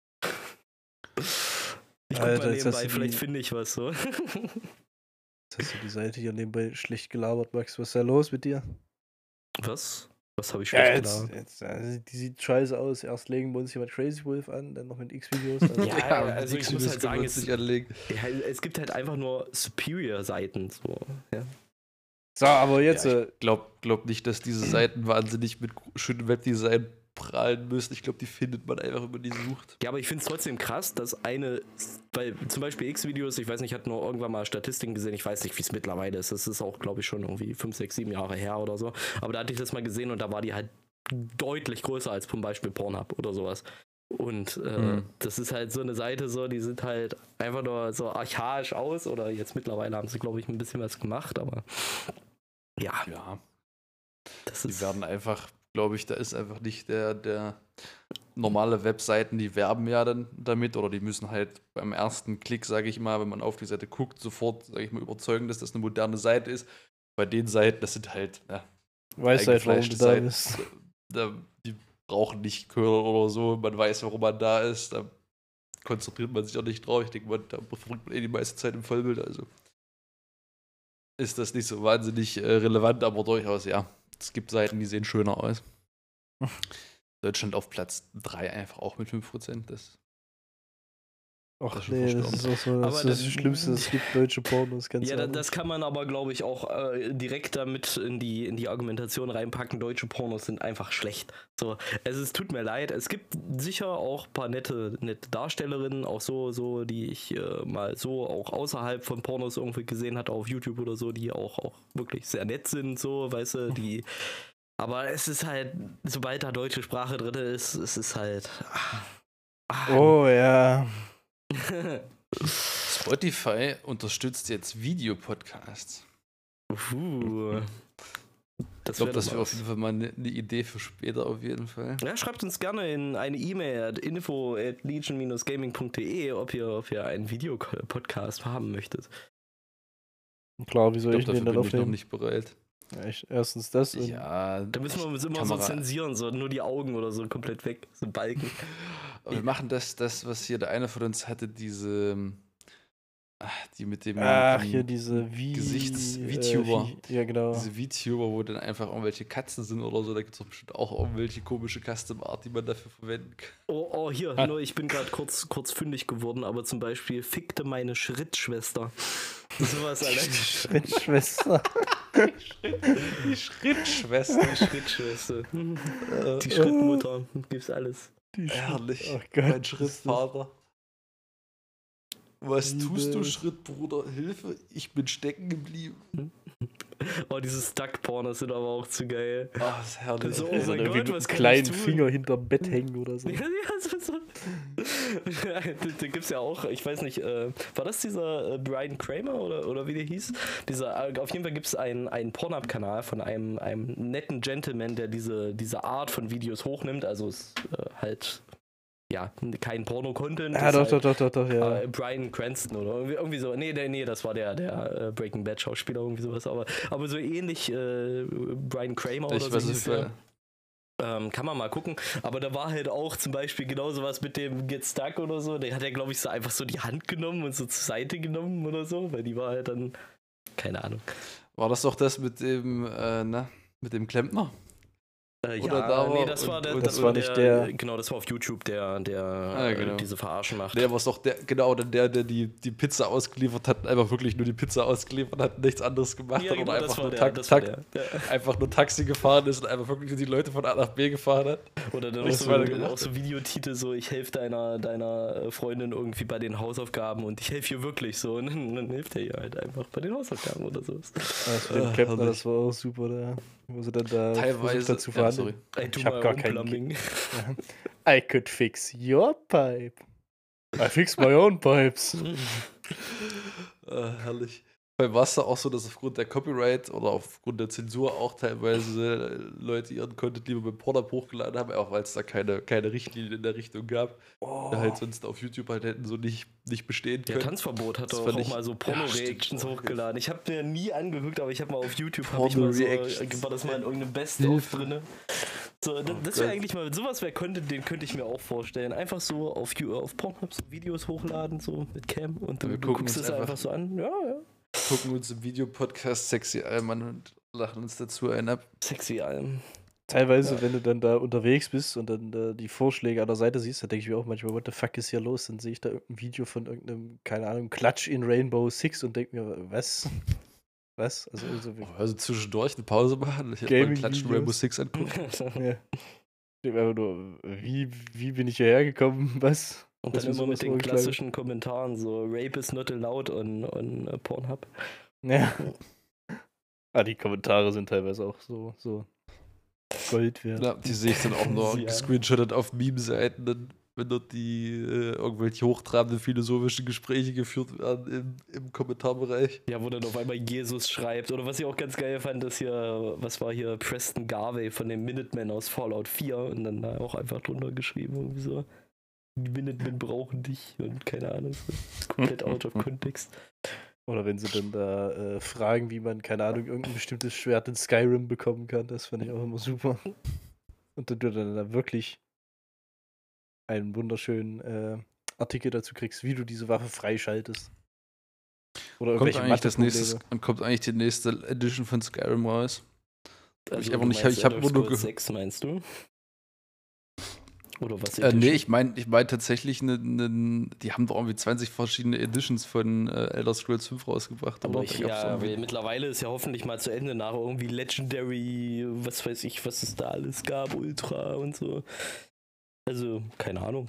Ich guck Alter, mal jetzt hast nebenbei, du vielleicht die- finde ich was so. Jetzt hast du die Seite hier nebenbei schlecht gelabert, Max. Was ist da los mit dir? Was? Was habe ich Ja, schlecht jetzt, gelabert? jetzt also die sieht scheiße aus. Erst legen wir uns hier mit Crazy Wolf an, dann noch mit X-Videos. Also Ja, also ich muss X-Videos halt können wir sagen, uns es- nicht anlegen. Ja, es gibt halt einfach nur Superior-Seiten. So, ja. So, aber jetzt. Ja, äh, ich glaub, glaub nicht, dass diese Seiten wahnsinnig mit schönem Webdesign prahlen müssen. Ich glaube, die findet man einfach, wenn man die sucht. Ja, aber ich finde es trotzdem krass, dass eine, weil zum Beispiel X-Videos, ich weiß nicht, ich hatte nur irgendwann mal Statistiken gesehen, ich weiß nicht, wie es mittlerweile ist, das ist auch, glaube ich, schon irgendwie fünf, sechs, sieben Jahre her oder so, aber da hatte ich das mal gesehen und da war die halt deutlich größer als zum Beispiel Pornhub oder sowas. Und äh, Mhm. das ist halt so eine Seite, so, die sieht halt einfach nur so archaisch aus oder jetzt mittlerweile haben sie, glaube ich, ein bisschen was gemacht, aber ja, Ja, das die ist... werden einfach, glaube ich, da ist einfach nicht der, der normale Webseiten, die werben ja dann damit oder die müssen halt beim ersten Klick, sage ich mal, wenn man auf die Seite guckt, sofort, sage ich mal, überzeugen, dass das eine moderne Seite ist. Bei den Seiten, das sind halt, ja, weißt du halt, warum du eingefleischte da Seiten. bist. Da, die brauchen nicht Curl oder so, man weiß, warum man da ist, da konzentriert man sich auch nicht drauf. Ich denke, man, da verfolgt man eh die meiste Zeit im Vollbild, also ist das nicht so wahnsinnig äh, relevant, aber durchaus, ja. Es gibt Seiten, die sehen schöner aus. Deutschland auf Platz drei einfach auch mit fünf Prozent. Das Ach Das ist schon nee, das verstorben. ist auch so das, Aber das, das- Schlimmste. Es gibt deutsche Pornos, ganz Ja, da- ehrlich. das kann man aber, glaube ich, auch äh, direkt damit in die, in die Argumentation reinpacken. Deutsche Pornos sind einfach schlecht. So, es ist, tut mir leid. Es gibt sicher auch ein paar nette, nette Darstellerinnen, auch so, so, die ich äh, mal so auch außerhalb von Pornos irgendwie gesehen hatte auf YouTube oder so, die auch, auch wirklich sehr nett sind, so, weißt du, die. Aber es ist halt, sobald da deutsche Sprache drin ist, es ist halt. Ah, ah, Oh ja. Spotify unterstützt jetzt Videopodcasts. uh. Ich glaube, das wäre auf jeden Fall mal eine ne Idee für später auf jeden Fall. Ja, schreibt uns gerne in eine E-Mail at info at legion dash gaming punkt de, ob ihr, ob ihr einen Videopodcast haben möchtet. Klar, wie soll ich, ich glaub, den dann bin ich noch aufnehmen? nicht bereit. Ja, ich, erstens das. und- Ja, Da müssen wir uns immer Kamera- so zensieren, so nur die Augen oder so komplett weg, so Balken. Aber wir machen das, das, was hier der eine von uns hatte, diese, ah, die mit dem Ach, ähm, hier diese wie Gesichts-VTuber. Äh, ja, genau. diese VTuber, wo dann einfach irgendwelche Katzen sind oder so, da gibt es doch bestimmt auch irgendwelche komische Custom Art, die man dafür verwenden kann. Oh, oh hier, Ah. nur ich bin gerade kurz, kurz fündig geworden, aber zum Beispiel fickte meine Schrittschwester. Sowas allein. Schrittschwester. Die Schrittschwester. Die Schrittschwester. Die Schrittmutter. Gibt's alles. Die Herrlich. Oh Gott, Mein Schrittvater. Was Liebe. tust du, Schrittbruder? Hilfe, ich bin stecken geblieben. Oh, diese Stuck-Pornos sind aber auch zu geil. Ah, das ist herrlich. So, oh Also mein irgendwie Gott, mit was einem kann kleinen ich tun? Finger hinterm Bett hängen oder so. Ja, ja, so, so. da, da gibt's ja auch, ich weiß nicht, äh, war das dieser äh, Brian Kramer oder, oder wie der hieß? Dieser, äh, auf jeden Fall gibt es einen, einen Pornhub-Kanal von einem, einem netten Gentleman, der diese, diese Art von Videos hochnimmt, also ist äh, halt, ja, kein Porno-Content. Ja, ist doch, halt, doch, doch, doch, doch, ja. äh, Bryan Cranston oder irgendwie, irgendwie so. Nee, der, nee, das war der, der äh, Breaking Bad Schauspieler, irgendwie sowas. Aber, aber so ähnlich äh, Brian Kramer oder Ich so weiß hieß nicht, der. Ähm, kann man mal gucken. Aber da war halt auch zum Beispiel genau sowas mit dem Get Stuck oder so. Der hat ja, glaube ich, so einfach so die Hand genommen und so zur Seite genommen oder so, weil die war halt dann, keine Ahnung. War das doch das mit dem, äh, na, mit dem Klempner? Äh, Oder ja, da war- nee, das war und- der, und- Das oder war nicht der- Genau, das war auf YouTube, der, der Ah, genau. äh, diese Verarschen macht. Der war es doch, der, genau, dann der, der die, die Pizza ausgeliefert hat, einfach wirklich nur die Pizza ausgeliefert hat, nichts anderes gemacht ja, hat genau, oder das einfach war nur, der, tak, das war tak, der. Ja. einfach nur Taxi gefahren ist und einfach wirklich nur die Leute von A nach B gefahren hat. Oder dann auch Nichts so, weiter gemacht. auch so Videotitel, so ich helfe deiner, deiner äh, Freundin irgendwie bei den Hausaufgaben und ich helfe ihr wirklich so. Und dann, dann hilft er ihr halt einfach bei den Hausaufgaben oder so. Das mit dem Ah, Klempner, herrlich. das war auch super, da. Wo sie dann da Teilweise. versucht hat zu Ja, verhandeln. Ey, tu Ich hab mal gar keinen Plumbing. I could fix your pipe. I fix my own pipes. Äh, herrlich. Bei Wasser auch so, dass aufgrund der Copyright oder aufgrund der Zensur auch teilweise Leute ihren Content lieber beim Pornhub hochgeladen haben, auch weil es da keine, keine Richtlinien in der Richtung gab, Oh. die halt sonst auf YouTube halt hätten so nicht, nicht bestehen Der können. Tanzverbot hat Das doch fand auch ich- mal so Ja, Porno-Reactions stimmt. hochgeladen. Ich habe mir nie angeguckt, aber ich habe mal auf YouTube hab ich mal so, Porno-Reactions. war das mal in irgendeinem Best-of Hilfe. drinne. So, das, Oh das wäre Gott. eigentlich mal, sowas wäre Content, den könnte ich mir auch vorstellen. Einfach so auf, You- auf Pornhub so Videos hochladen, so mit Cam und Wir du, du gucken guckst uns es einfach, einfach- so an. Ja, ja. Gucken uns im Videopodcast Sexy Allmann und lachen uns dazu ein ab. Sexy Alm. Teilweise, Ja. wenn du dann da unterwegs bist und dann äh, die Vorschläge an der Seite siehst, dann denke ich mir auch manchmal, what the fuck ist hier los? Dann sehe ich da irgendein Video von irgendeinem, keine Ahnung, Klatsch in Rainbow Six und denke mir, was? Was? Also, also Also zwischendurch eine Pause machen. Ich hätte mal Gaming-Videos. Klatschen Rainbow Six angucken. ja. Ich denke mir einfach nur, wie, wie bin ich hierher gekommen? Was? Und Das dann ist immer sowas mit den vorgeschlagen. klassischen Kommentaren, so Rape is not allowed on, on uh, Pornhub. Ja. Ah, die Kommentare sind teilweise auch so, so Gold wert. Ja, die sehe ich dann auch nur Ja. gescreenshottet auf Meme-Seiten, dann, wenn dort die äh, irgendwelche hochtrabenden philosophischen Gespräche geführt werden im, im Kommentarbereich. Ja, wo dann auf einmal Jesus schreibt. Oder was ich auch ganz geil fand, ist hier, was war hier, Preston Garvey von den Minutemen aus Fallout vier und dann da auch einfach drunter geschrieben, irgendwie so. Die Minutemen brauchen dich und keine Ahnung, so. Komplett out of context. Oder wenn sie dann da äh, fragen, wie man, keine Ahnung, irgendein bestimmtes Schwert in Skyrim bekommen kann, das fand ich auch immer super. Und dann du dann da wirklich einen wunderschönen äh, Artikel dazu kriegst, wie du diese Waffe freischaltest. Oder Kommt irgendwelche eigentlich, das nächste, Matheprobleme. und kommt eigentlich die nächste Edition von Skyrim raus? Also, ich einfach du nicht- meinst ich hab Elder nur nur Scrolls ge- sechs, meinst du? Oder was? Äh, nee, Edition? ich meine ich mein tatsächlich, ne, ne, die haben doch irgendwie zwanzig verschiedene Editions von äh, Elder Scrolls fünf rausgebracht. Aber oder? ich, Da gab's ja, irgendwie- weil mittlerweile ist ja hoffentlich mal zu Ende nach irgendwie Legendary, was weiß ich, was es da alles gab, Ultra und so. Also, keine Ahnung.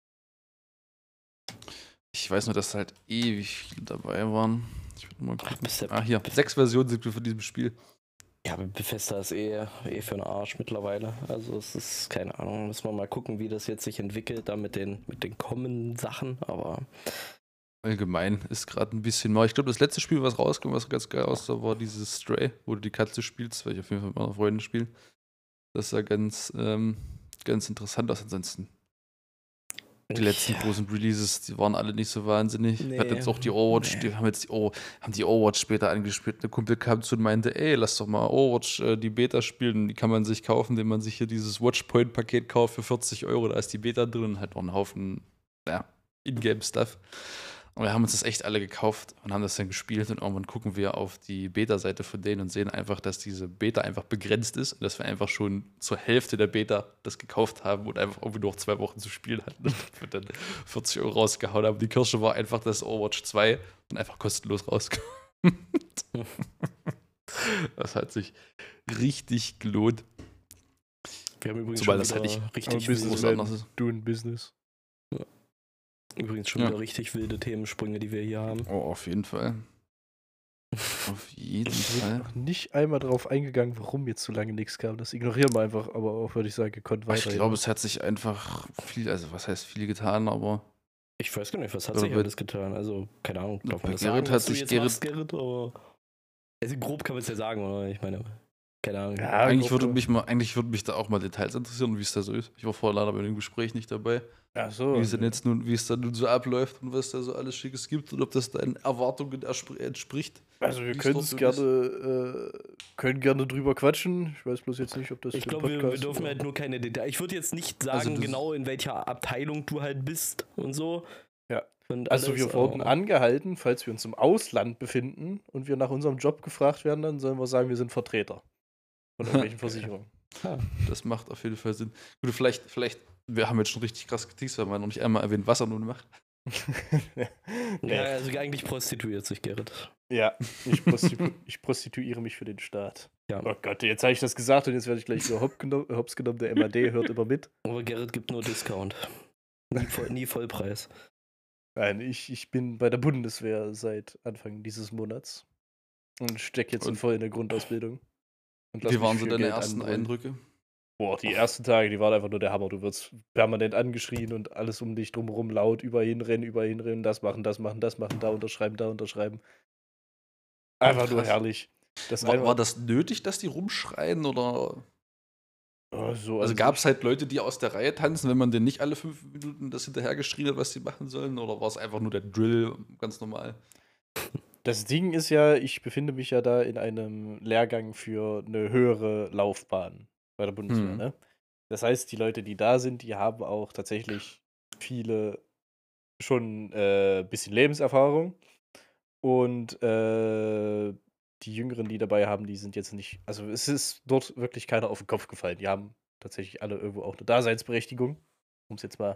Ich weiß nur, dass halt ewig viele dabei waren. Ich würde mal Ach, gucken. bist ja, Ah, hier, sechs Versionen sind von diesem Spiel. ja, aber Bethesda ist eh, eh für den Arsch mittlerweile. Also es ist, keine Ahnung, müssen wir mal gucken, wie das jetzt sich entwickelt, da mit den, mit den kommenden Sachen, aber allgemein ist gerade ein bisschen mal. Ich glaube, das letzte Spiel, was rauskommt, was ganz geil aussah, war dieses Stray, wo du die Katze spielst, weil ich auf jeden Fall mit meiner Freundin spiele. Das sah ganz, ähm, ganz interessant aus. Ansonsten, die letzten Ja. großen Releases, die waren alle nicht so wahnsinnig. Nee. Wir hatten jetzt auch die Overwatch, Nee. die haben jetzt die, oh, haben die Overwatch später angespielt. Ein Kumpel kam zu und meinte, ey, lass doch mal Overwatch äh, die Beta spielen. Die kann man sich kaufen, indem man sich hier dieses Watchpoint-Paket kauft für vierzig Euro. Da ist die Beta drin und hat auch einen Haufen, ja, Ingame-Stuff. Und wir haben uns das echt alle gekauft und haben das dann gespielt und irgendwann gucken wir auf die Beta-Seite von denen und sehen einfach, dass diese Beta einfach begrenzt ist und dass wir einfach schon zur Hälfte der Beta das gekauft haben und einfach irgendwie noch zwei Wochen zu spielen hatten und wir dann vierzig Euro rausgehauen haben. Die Kirsche war einfach, dass Overwatch zwei dann einfach kostenlos rauskommt. Das hat sich richtig gelohnt. Wir haben übrigens Zumal schon das wieder halt nicht richtig Business groß wilde, anders ist. Doing Business. übrigens schon Ja. wieder richtig wilde Themensprünge, die wir hier haben. Oh, auf jeden Fall. Auf jeden Ich bin Fall. noch nicht einmal drauf eingegangen, warum jetzt so lange nichts kam. Das ignorieren wir einfach, aber auch, würde ich sagen, gekonnt Ich weiter. glaube, es hat sich einfach viel, also was heißt viel getan, aber Ich weiß gar nicht, was hat Aber sich bei- alles getan? Also, keine Ahnung, darf Bei man das Gerrit sagen, hat was du sich jetzt Gerrit- machst, Gerrit? Aber also grob kann man es ja sagen, oder? Ich meine, keine Ahnung. Ja, eigentlich Gruppe. würde mich mal, eigentlich würde mich da auch mal Details interessieren, wie es da so ist. Ich war vorher leider bei dem Gespräch nicht dabei, Ach so. wie es denn jetzt nun, wie es dann nun so abläuft und was da so alles Schickes gibt und ob das deinen Erwartungen erspr- entspricht. Also wir wie es können dort es so gerne, äh, können gerne drüber quatschen. Ich weiß bloß jetzt nicht, ob das Ich für den glaube, wir, wir Podcast dürfen oder- halt nur keine Details. Ich würde jetzt nicht Also sagen, das- genau in welcher Abteilung du halt bist und so. Ja. Und Also alles, wir wurden aber- angehalten, falls wir uns im Ausland befinden und wir nach unserem Job gefragt werden, dann sollen wir sagen, wir sind Vertreter von irgendwelchen Versicherungen. Das macht auf jeden Fall Sinn. Gut, vielleicht, vielleicht, wir haben jetzt schon richtig krass geteased, weil man noch nicht einmal erwähnt, was er nun macht. Ja, nee. also eigentlich prostituiert sich Gerrit. Ja, ich, prostitu ich prostituiere mich für den Staat. Ja. Oh Gott, jetzt habe ich das gesagt und jetzt werde ich gleich wieder hops genommen, hops genommen. Der M A D hört immer mit. Aber Gerrit gibt nur Discount. Nie, voll, nie Vollpreis. Nein, ich, ich bin bei der Bundeswehr seit Anfang dieses Monats und stecke jetzt Und- voll in der Grundausbildung. Und lass Wie mich waren so für deine Geld ersten anbrüllen. Eindrücke? Boah, die ersten Tage, die waren einfach nur der Hammer. Du wirst permanent angeschrien und alles um dich drumherum laut, überall hinrennen, überall hinrennen, das machen, das machen, das machen, da unterschreiben, da unterschreiben. Einfach nur Krass. herrlich. Das War, einfach, war das nötig, dass die rumschreien oder? oh, so Also an gab sich- es halt Leute, die aus der Reihe tanzen, wenn man denen nicht alle fünf Minuten das hinterhergeschrien hat, was sie machen sollen? Oder war es einfach nur der Drill, ganz normal? Das Ding ist ja, ich befinde mich ja da in einem Lehrgang für eine höhere Laufbahn bei der Bundeswehr, Hm. ne? Das heißt, die Leute, die da sind, die haben auch tatsächlich viele schon ein äh, bisschen Lebenserfahrung. Und äh, die Jüngeren, die dabei haben, die sind jetzt nicht, also es ist dort wirklich keiner auf den Kopf gefallen. Die haben tatsächlich alle irgendwo auch eine Daseinsberechtigung, um es jetzt mal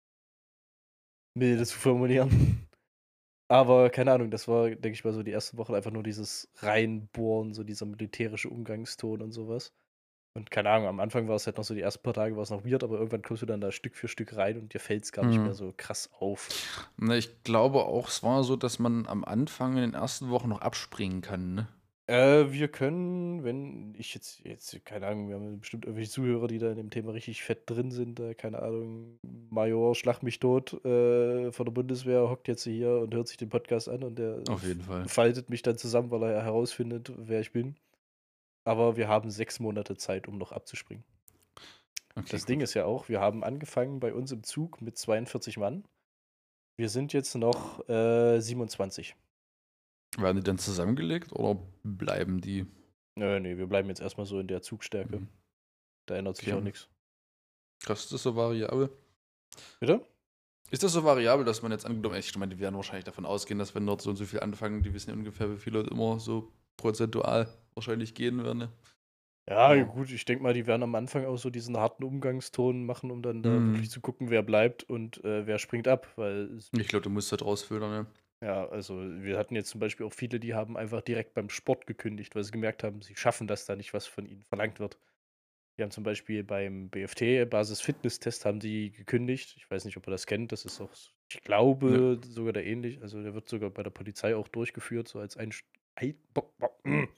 milde zu formulieren. Aber keine Ahnung, das war, denke ich mal, so die ersten Wochen einfach nur dieses Reinbohren, so dieser militärische Umgangston und sowas. Und keine Ahnung, am Anfang war es halt noch so, die ersten paar Tage war es noch weird, aber irgendwann kommst du dann da Stück für Stück rein und dir fällt es gar nicht Mhm. mehr so krass auf. Na, ich glaube auch, es war so, dass man am Anfang in den ersten Wochen noch abspringen kann, ne? Äh, wir können, wenn ich jetzt, jetzt, keine Ahnung, wir haben bestimmt irgendwelche Zuhörer, die da in dem Thema richtig fett drin sind, äh, keine Ahnung, Major, schlag mich tot, äh, von der Bundeswehr hockt jetzt hier und hört sich den Podcast an und der Auf jeden Fall. faltet mich dann zusammen, weil er herausfindet, wer ich bin. Aber wir haben sechs Monate Zeit, um noch abzuspringen. Okay, Das gut. Ding ist ja auch, wir haben angefangen bei uns im Zug mit zweiundvierzig Mann. Wir sind jetzt noch äh, siebenundzwanzig. Werden die dann zusammengelegt oder bleiben die? Nö, nee, wir bleiben jetzt erstmal so in der Zugstärke. Mhm. Da ändert sich Okay. auch nichts. Krass, ist das so variabel? Bitte? Ist das so variabel, dass man jetzt angenommen, ich meine, die werden wahrscheinlich davon ausgehen, dass wenn dort so und so viel anfangen, die wissen ja ungefähr, wie viele Leute immer so prozentual wahrscheinlich gehen werden. Ne? Ja, Ja. gut, ich denke mal, die werden am Anfang auch so diesen harten Umgangston machen, um dann da Mhm. wirklich zu gucken, wer bleibt und äh, wer springt ab. Weil, es, Ich glaube, du musst halt rausfiltern, ne? ja, also wir hatten jetzt zum Beispiel auch viele, die haben einfach direkt beim Sport gekündigt, weil sie gemerkt haben, sie schaffen das da nicht, was von ihnen verlangt wird. Die haben zum Beispiel beim B F T, Basis-Fitness-Test, haben die gekündigt. Ich weiß nicht, ob ihr das kennt, das ist auch, so- ich glaube, sogar der ähnlich. Also der wird sogar bei der Polizei auch durchgeführt, so als ein, ein bo- bo- mm.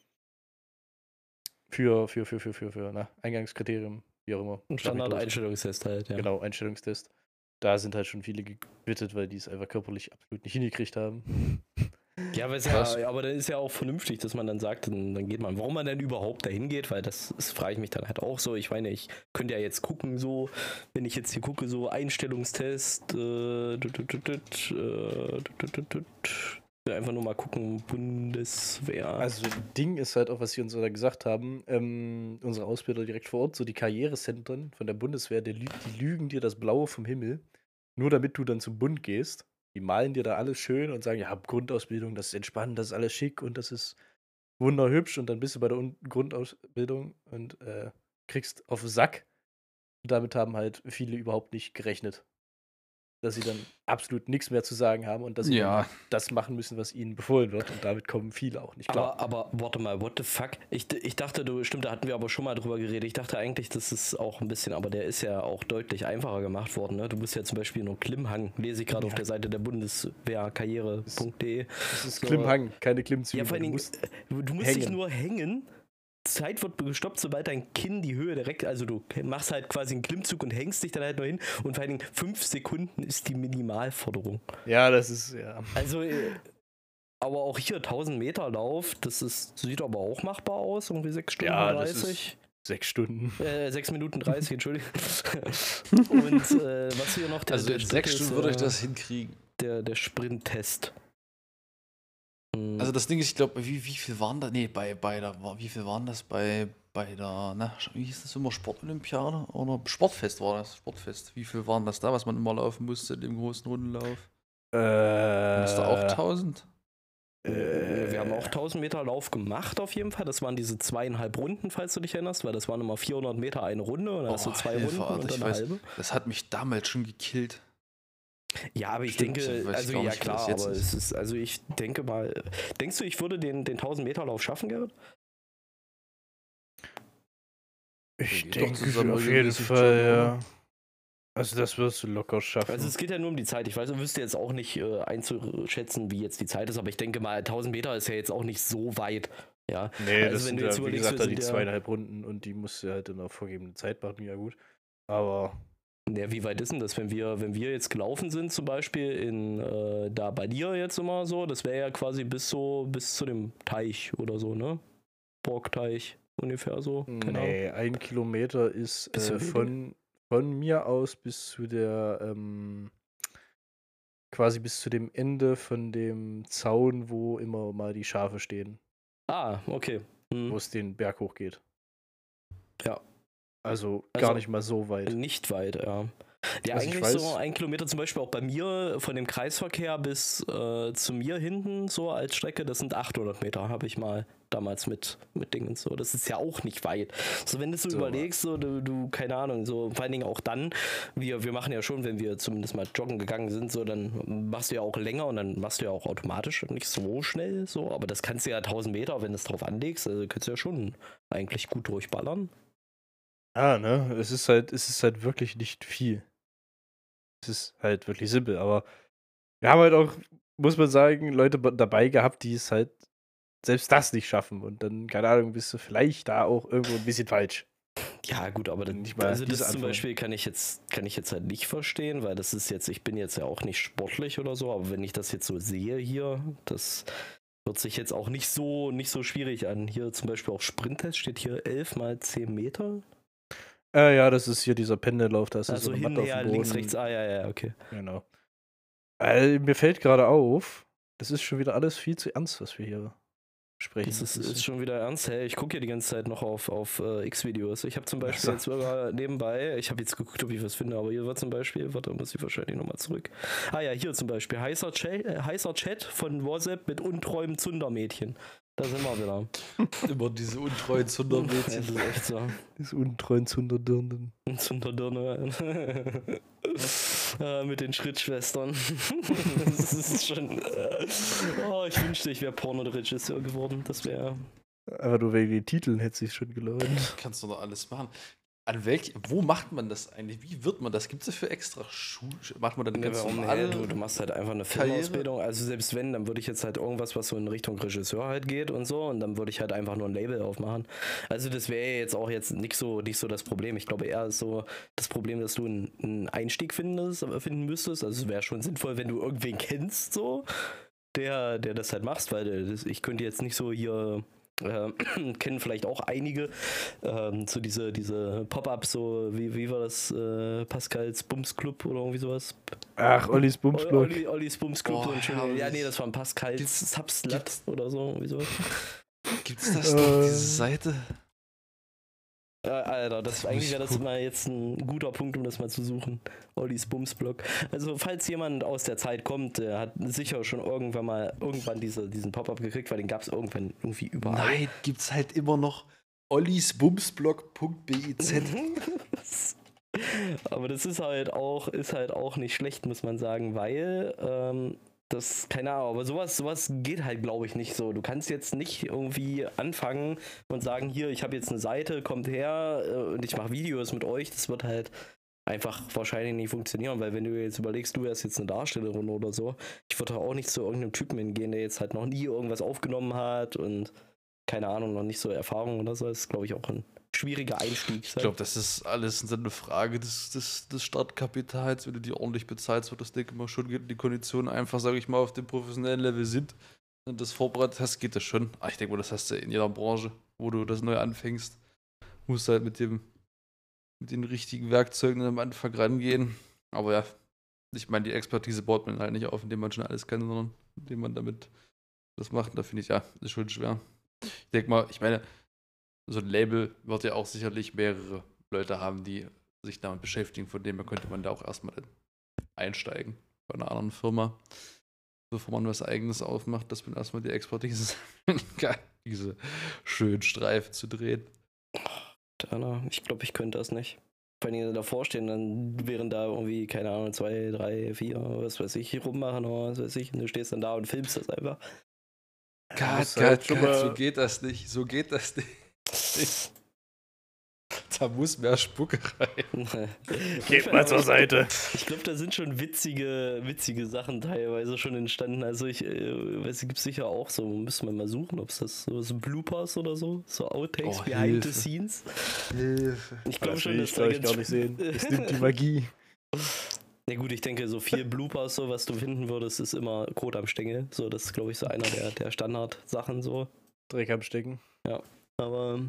für, für, für, für, für, für, na, Eingangskriterium, wie auch immer. Ein Schlag mich tot. Standard-Einstellungstest halt, ja. Genau, Einstellungstest. da sind halt schon viele gequittet, weil die es einfach körperlich absolut nicht hingekriegt haben. Ja, aber, ist Krass. ja, aber dann ist ja auch vernünftig, dass man dann sagt, dann, dann geht man. Warum man denn überhaupt dahin geht, weil das, das frage ich mich dann halt auch so. Ich meine, ich könnte ja jetzt gucken, so, wenn ich jetzt hier gucke, so Einstellungstest, äh, tut, tut, tut, tut, äh, tut, tut, tut. Einfach nur mal gucken, Bundeswehr. Also Ding ist halt auch, was sie uns da gesagt haben, ähm, unsere Ausbilder direkt vor Ort, so die Karrierezentren von der Bundeswehr, die, lü- die lügen dir das Blaue vom Himmel, nur damit du dann zum Bund gehst. Die malen dir da alles schön und sagen, ja, Grundausbildung, das ist entspannend, das ist alles schick und das ist wunderhübsch und dann bist du bei der Un Grundausbildung und äh, kriegst auf den Sack. Und damit haben halt viele überhaupt nicht gerechnet. Dass sie dann absolut nichts mehr zu sagen haben und dass sie Ja. dann das machen müssen, was ihnen befohlen wird. Und damit kommen viele auch nicht klar. Aber, aber warte mal, what the fuck? Ich, ich dachte, du, stimmt, da hatten wir aber schon mal drüber geredet. Ich dachte eigentlich, das ist auch ein bisschen, aber der ist ja auch deutlich einfacher gemacht worden. Ne? Du musst ja zum Beispiel nur Klimmhang, lese ich gerade Ja. auf der Seite der Bundeswehr karriere punkt de. Das ist So. Klimmhang, keine Klimmzüge. Ja, vor allen du Dingen, musst äh, du musst dich hängen. nur hängen. Zeit wird gestoppt, sobald dein Kinn die Höhe direkt, also du machst halt quasi einen Klimmzug und hängst dich dann halt nur hin und vor allen Dingen fünf Sekunden ist die Minimalforderung. Ja, das ist, ja. Also, äh, aber auch hier tausend Meter Lauf, das ist, sieht aber auch machbar aus, irgendwie sechs Stunden Ja, das dreißig. Sechs Stunden. Äh, sechs Minuten dreißig, Entschuldigung. Und äh, was hier noch? Der, Also der in Schritt sechs ist, Stunden würde ich äh, das hinkriegen. Der, der Sprinttest. Hm. Also das Ding ist, ich glaube, wie, wie viel waren da? Nee, bei, bei der, wie viel waren das bei, bei der, na, wie hieß das immer, Sportolympiade? Oder Sportfest war das, Sportfest. Wie viel waren das da, was man immer laufen musste in dem großen Rundenlauf? Äh, Ist da auch tausend? Äh, wir haben auch tausend Meter Lauf gemacht auf jeden Fall. Das waren diese zweieinhalb Runden, falls du dich erinnerst, weil das waren immer vierhundert Meter eine Runde und dann hast du Oh, zwei Hilfe, Runden Alter, und ich dann eine weiß- halbe. Das hat mich damals schon gekillt. Ja, aber ich Stimmt, denke, ich weiß also gar ja nicht, wie das klar, jetzt aber ist. es ist, also ich denke mal, denkst du, ich würde den, den tausend Meter Lauf schaffen, Gerrit? Ich Geht doch denke zusammen auf jeden regelmäßig Fall, joggen, ja. Also das wirst du locker schaffen. Also es geht ja nur um die Zeit. Ich weiß, du wüsste jetzt auch nicht äh, einzuschätzen, wie jetzt die Zeit ist, aber ich denke mal, tausend Meter ist ja jetzt auch nicht so weit. Ja, nee, also das wenn sind du ja, jetzt wie überlegst, gesagt, wir da sind die ja- zweieinhalb Runden und die musst du halt in der vorgegebenen Zeit machen, ja gut. Aber Ja, wie weit ist denn das, wenn wir, wenn wir jetzt gelaufen sind, zum Beispiel in äh, da bei dir jetzt immer so, das wäre ja quasi bis so, bis zu dem Teich oder so, ne? Borgteich ungefähr so. Keine Ahnung. nee, ein Kilometer ist Bisschen äh, wenig. von, von mir aus bis zu der, ähm, quasi bis zu dem Ende von dem Zaun, wo immer mal die Schafe stehen, Ah, okay. Hm. wo es den Berg hochgeht. Ja. Also, Also, gar nicht mal so weit. Nicht weit, ja. Ja, Also ich eigentlich weiß- so ein Kilometer zum Beispiel auch bei mir von dem Kreisverkehr bis äh, zu mir hinten so als Strecke, das sind achthundert Meter, habe ich mal damals mit, mit Dingen so. Das ist ja auch nicht weit. So, wenn du so, So. überlegst, so, du, du, keine Ahnung, so vor allen Dingen auch dann, wir, wir machen ja schon, wenn wir zumindest mal joggen gegangen sind, so, dann machst du ja auch länger und dann machst du ja auch automatisch nicht so schnell, so, aber das kannst du ja tausend Meter, wenn du es drauf anlegst, also kannst du ja schon eigentlich gut durchballern. Ah, ne? Es ist halt, es ist halt wirklich nicht viel. Es ist halt wirklich simpel, aber wir haben halt auch, muss man sagen, Leute ba- dabei gehabt, die es halt selbst das nicht schaffen. Und dann, keine Ahnung, bist du vielleicht da auch irgendwo ein bisschen falsch. Ja, gut, aber Nicht das, mal also diese das zum Antwort. Beispiel kann ich jetzt kann ich jetzt halt nicht verstehen, weil das ist jetzt, ich bin jetzt ja auch nicht sportlich oder so, aber wenn ich das jetzt so sehe hier, das hört sich jetzt auch nicht so nicht so schwierig an. Hier zum Beispiel auch Sprinttest steht hier elf mal zehn Meter. Äh, ja, das ist hier dieser Pendellauf, da ist Also so eine Matte auf hinher, dem links, Boden. rechts, ah ja, ja, okay. Genau. Äh, mir fällt gerade auf, das ist schon wieder alles viel zu ernst, was wir hier sprechen. Das ist, Das ist schon wieder ernst. Hey, ich gucke ja die ganze Zeit noch auf, auf äh, X-Videos. Ich habe zum Beispiel so. jetzt sogar nebenbei, ich habe jetzt geguckt, ob ich was finde, aber hier war zum Beispiel, warte, muss ich wahrscheinlich nochmal zurück. Ah ja, hier zum Beispiel, heißer Chat, äh, heißer Chat von WhatsApp mit untreuem Zundermädchen. Da sind wir wieder. Immer diese untreuen Das Zundermädchen. ist echt so. ist untreuen Zunderdirnen. Zunderdirne. äh, mit den Schrittschwestern. Das ist schon. Äh, oh, ich wünschte, ich wäre Pornoregisseur geworden. Das wäre. Aber nur wegen den Titeln hätte sich schon gelohnt. Kannst du doch alles machen. An welch, wo macht man das eigentlich? Wie wird man das? Gibt es dafür extra Schule? Macht man dann eine ganz Ja, normale du, du machst halt einfach eine Filmausbildung. Also selbst wenn, dann würde ich jetzt halt irgendwas, was so in Richtung Regisseur halt geht und so, und dann würde ich halt einfach nur ein Label aufmachen. Also das wäre jetzt auch jetzt nicht so, nicht so das Problem. Ich glaube eher ist so das Problem, dass du einen, einen Einstieg findest, finden müsstest. Also es wäre schon sinnvoll, wenn du irgendwen kennst, so, der, der das halt machst, weil das, ich könnte jetzt nicht so hier... Äh, kennen vielleicht auch einige ähm, so diese, diese Pop-Ups, so wie, wie war das, äh, Pascals Bums Club oder irgendwie sowas? Ach, Ollis Bumsblog. Olli, Ollis Bums Club. Oh, und schön, herrlich. ja, nee, das war ein Pascals Subslut oder so. Irgendwie so. Gibt es das noch, diese Seite? Äh, Alter, das, Das eigentlich muss wäre ich das mal jetzt ein guter Punkt, um das mal zu suchen. Ollis Bumsblog. Also, falls jemand aus der Zeit kommt, der hat sicher schon irgendwann mal irgendwann diese, diesen Pop-Up gekriegt, weil den gab es irgendwann irgendwie überall. Nein, gibt's halt immer noch ollisbumsblog punkt biz. Aber das ist halt auch, ist halt auch nicht schlecht, muss man sagen, weil ähm, das, keine Ahnung, aber sowas, sowas geht halt, glaube ich, nicht so. Du kannst jetzt nicht irgendwie anfangen und sagen, hier, ich habe jetzt eine Seite, kommt her äh, und ich mache Videos mit euch. Das wird halt einfach wahrscheinlich nicht funktionieren, weil wenn du jetzt überlegst, du wärst jetzt eine Darstellerin oder so, ich würde auch nicht zu irgendeinem Typen hingehen, der jetzt halt noch nie irgendwas aufgenommen hat und keine Ahnung, noch nicht so Erfahrung oder so. Das ist, glaube ich, auch ein schwieriger Einstieg. Ich glaube, das ist alles eine Frage des, des, des Startkapitals. Wenn du die ordentlich bezahlst, wird das, denke ich mal, schon geht. Die Konditionen einfach, sage ich mal, auf dem professionellen Level sind und das vorbereitet hast, geht das schon. Aber ich denke mal, das hast du in jeder Branche, wo du das neu anfängst. Musst halt mit dem mit den richtigen Werkzeugen am Anfang rangehen. Aber ja, ich meine, die Expertise baut man halt nicht auf, indem man schon alles kann, sondern indem man damit das macht. Und da finde ich, ja, ist schon schwer. Ich denke mal, ich meine, so ein Label wird ja auch sicherlich mehrere Leute haben, die sich damit beschäftigen. Von dem her könnte man da auch erstmal einsteigen bei einer anderen Firma, bevor man was Eigenes aufmacht, dass man erstmal die Expertise kann, diese schönen Streifen zu drehen. Ich glaube, ich könnte das nicht. Wenn die davor stehen, dann wären da irgendwie, keine Ahnung, zwei, drei, vier, was weiß ich, rummachen oder was weiß ich, und du stehst dann da und filmst das einfach. Gott, halt Gott, Gott, so geht das nicht, so geht das nicht. Da muss mehr Spucke rein. Geht mal zur Seite. Ich glaube, da sind schon witzige, witzige Sachen teilweise schon entstanden. Also ich äh, weiß, es gibt sicher auch so, müssen wir mal suchen, ob es das so, so Bloopers oder so, so Outtakes, Oh, Behind Hilfe. the Scenes. Hilfe. Ich glaube Das schon, will dass ich da euch ganz gar nicht sehen. Das nimmt die Magie. Na gut, ich denke, so viel Bloopers, so was du finden würdest, ist immer Kot am Stängel. So, das ist, glaube ich, so einer der, der Standard-Sachen so. Dreck am Stecken. Aber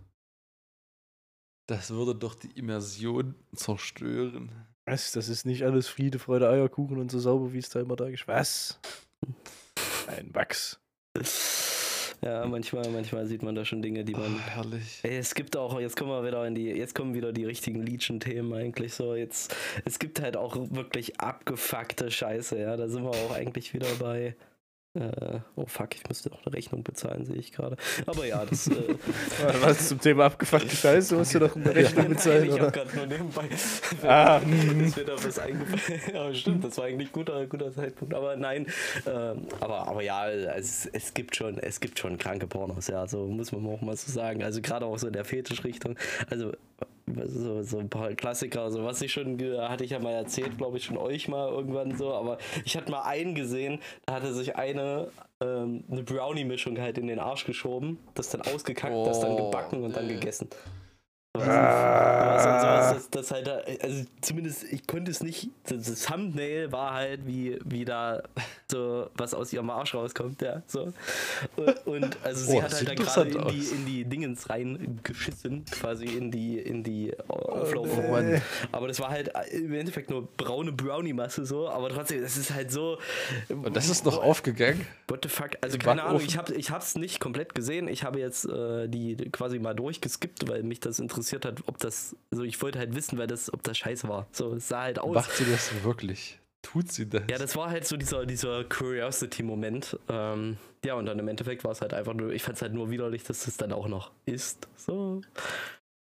Das würde doch die Immersion zerstören. Was? Das ist nicht alles Friede, Freude, Eierkuchen und so sauber, wie es da immer dargestellt. Was? Ein Wachs. ja, manchmal, manchmal sieht man da schon Dinge, die man. Oh, herrlich. Ey, es gibt auch, jetzt kommen wir wieder in die, jetzt kommen wieder die richtigen Legion-Themen eigentlich so. Jetzt, es gibt halt auch wirklich abgefuckte Scheiße, ja. Da sind wir auch eigentlich wieder bei. Äh, oh fuck, ich müsste auch eine Rechnung bezahlen, sehe ich gerade. Aber ja, das. Äh, Was zum Thema abgefuckte Scheiße? Musst du doch eine Rechnung bezahlen, ich oder? habe gerade nur nebenbei. Ah, das wird da was eingefallen. Ja, stimmt, das war eigentlich ein guter, guter Zeitpunkt. Aber nein, ähm, aber, aber ja, es, es gibt schon, es gibt schon kranke Pornos, ja, so muss man auch mal so sagen. Also gerade auch so in der Fetischrichtung. Also so, so ein paar Klassiker, so was ich schon, hatte ich ja mal erzählt, glaube ich, schon euch mal irgendwann so, aber ich hatte mal einen gesehen, da hatte sich eine ähm, eine Brownie-Mischung halt in den Arsch geschoben, das dann ausgekackt, das dann gebacken und dann nee. gegessen. Ah. Sowas, sowas, das, das halt, also zumindest, ich konnte es nicht, das, das Thumbnail war halt, wie, wie da so was aus ihrem Arsch rauskommt, ja, so. Und, und also sie Oh, hat das halt da sieht gerade in interessant die, aus. in die Dingens reingeschissen, quasi in die, in die Auflauf. Oh, nee. Aber das war halt im Endeffekt nur braune Brownie-Masse so, aber trotzdem, das ist halt so. Und das ist noch aufgegangen? What the fuck? Also Im keine Ahnung, Backofen? ich, hab, ich hab's nicht komplett gesehen. Ich habe jetzt äh, die quasi mal durchgeskippt, weil mich das interessiert hat, ob das, also ich wollte halt wissen, weil das, ob das scheiße war. So, es sah halt aus. Macht sie das wirklich? Tut sie das? Ja, das war halt so dieser, dieser Curiosity-Moment. Ähm, ja, und dann im Endeffekt war es halt einfach nur, ich fand es halt nur widerlich, dass es dann auch noch ist. So.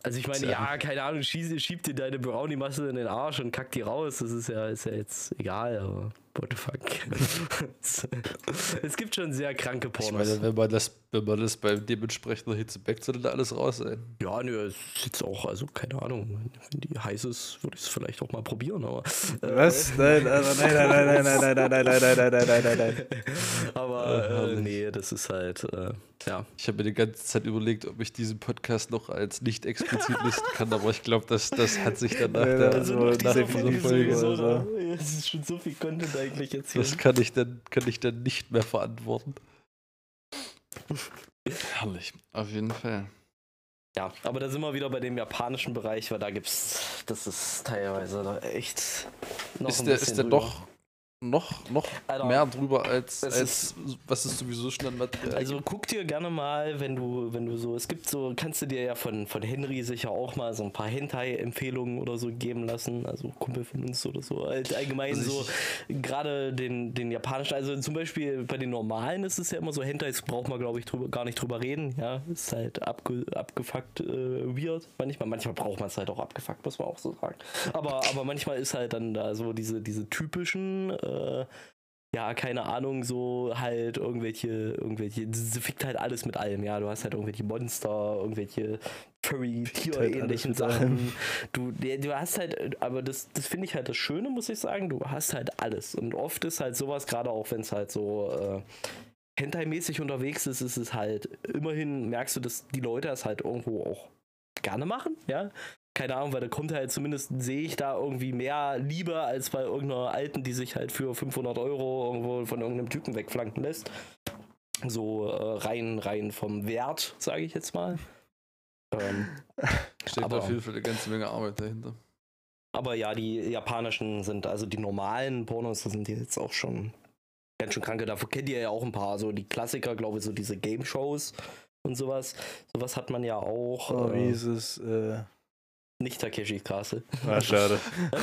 Also ich meine, Tja. ja, keine Ahnung, schieb, schieb dir deine Brownie-Masse in den Arsch und kack die raus. Das ist ja, ist ja jetzt egal, aber what the fuck. Es gibt schon sehr kranke Ich Pornos. meine, wenn man das, wenn man das bei dementsprechender Hitze backt, sollte da alles raus sein. Ja, nö, es ist jetzt auch, also keine Ahnung, wenn die heiß ist, würde ich es vielleicht auch mal probieren, aber. äh, Was? Nein, also nein, nein, nein, nein, nein, nein, nein, nein, nein, nein, nein, nein, nein, nein. Aber Ah, äh, herrlich. nee, das ist halt, äh, ja. Ich habe mir die ganze Zeit überlegt, ob ich diesen Podcast noch als nicht explizit listen kann, aber ich glaube, das, das hat sich dann nach Ja, der, also nach nach dieser der Folge Folge sowieso, oder ne? Es ist schon so viel Content eigentlich jetzt hier. das kann ich dann, kann ich dann nicht mehr verantworten. Herrlich, auf jeden Fall. Ja, aber da sind wir wieder bei dem japanischen Bereich, weil da gibt's, das ist teilweise da echt noch Ist ein der, bisschen ist der drüber. doch noch, noch Alter, mehr drüber als, es als was es sowieso schon an Material Also guck dir gerne mal, wenn du, wenn du so, es gibt so, kannst du dir ja von, von Henry sicher auch mal so ein paar Hentai-Empfehlungen oder so geben lassen, also Kumpel von uns oder so, halt allgemein Also so, gerade den, den japanischen, also zum Beispiel bei den normalen ist es ja immer so, Hentais braucht man glaube ich drüber, gar nicht drüber reden, ja, ist halt abge, abgefuckt äh, weird, manchmal, manchmal braucht man es halt auch abgefuckt, muss man auch so sagen, aber, aber manchmal ist halt dann da so diese, diese typischen Äh, ja, keine Ahnung, so halt irgendwelche, irgendwelche, sie fickt halt alles mit allem, ja, du hast halt irgendwelche Monster, irgendwelche Furry-Tier-ähnlichen halt alles mit Sachen, du, ja, du hast halt, aber das, das finde ich halt das Schöne, muss ich sagen, du hast halt alles und oft ist halt sowas, gerade auch wenn es halt so äh, Hentai-mäßig unterwegs ist, ist es halt, immerhin merkst du, dass die Leute es halt irgendwo auch gerne machen, ja, keine Ahnung, weil da kommt halt zumindest, sehe ich da irgendwie mehr Liebe als bei irgendeiner Alten, die sich halt für fünfhundert Euro irgendwo von irgendeinem Typen wegflanken lässt. So äh, rein, rein vom Wert, sage ich jetzt mal. Ähm, Steckt aber- auf jeden Fall eine ganze Menge Arbeit dahinter. aber ja, die japanischen sind, also die normalen Pornos, das sind die jetzt auch schon ganz schön kranke. Davor kennt ihr ja auch ein paar, so die Klassiker, glaube ich, so diese Game-Shows und sowas. Sowas hat man ja auch. Oh, wie äh, ist es? Äh, nicht Takeshi Castle. ah, schade.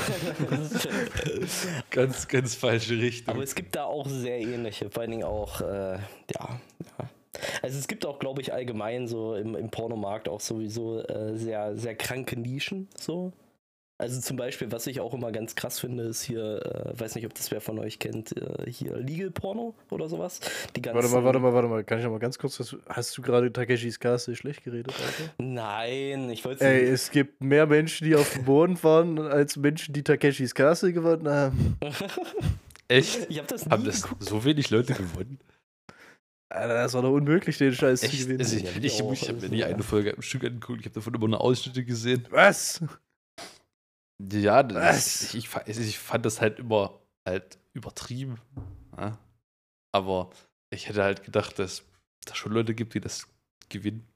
Ganz, ganz falsche Richtung. Aber es gibt da auch sehr ähnliche, vor allen Dingen auch, äh, ja, ja. Also es gibt auch, glaube ich, allgemein so im, im Pornomarkt auch sowieso äh, sehr, sehr kranke Nischen, so. Also zum Beispiel, was ich auch immer ganz krass finde, ist hier, äh, weiß nicht, ob das wer von euch kennt, äh, hier Legal Porno oder sowas. Die ganzen, Warte mal, warte mal, warte mal. Kann ich noch mal ganz kurz was. Hast du gerade Takeshis Castle schlecht geredet, Alter? Nein, ich wollte Ey, es gibt mehr Menschen, die auf dem Boden fahren, als Menschen, die Takeshis Castle gewonnen haben. Echt? Ich habe das nie Haben das geguckt. so wenig Leute gewonnen? Alter, das war doch unmöglich, den Scheiß zu Echt? gewinnen. Also ich Ja, ich, die ich, auch, ich habe mir also, nie ja. eine Folge am Stück angeguckt. Ich habe davon immer nur Ausschnitte gesehen. Was? Ja, das, Was? ich, ich, fa- ich fand das halt immer halt übertrieben. Ja? Aber ich hätte halt gedacht, dass es schon Leute gibt, die das gewinnen.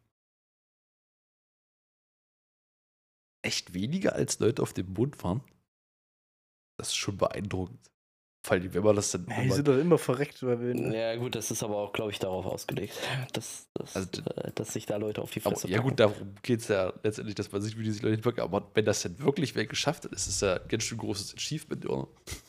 Echt weniger als Leute auf dem Mond fahren? Das ist schon beeindruckend. Vor allem, wenn man das dann. Ja, wenn die man- sind doch immer verreckt, weil wir. Ja gut, das ist aber auch, glaube ich, darauf ausgelegt, dass, dass, Also, äh, dass sich da Leute auf die aber, Fresse ja, packen. gut, darum geht es ja letztendlich, dass man sieht, wie diese Leute hinpacken. Aber wenn das denn wirklich wer geschafft hat, ist es ja ein ganz schön großes Achievement, oder?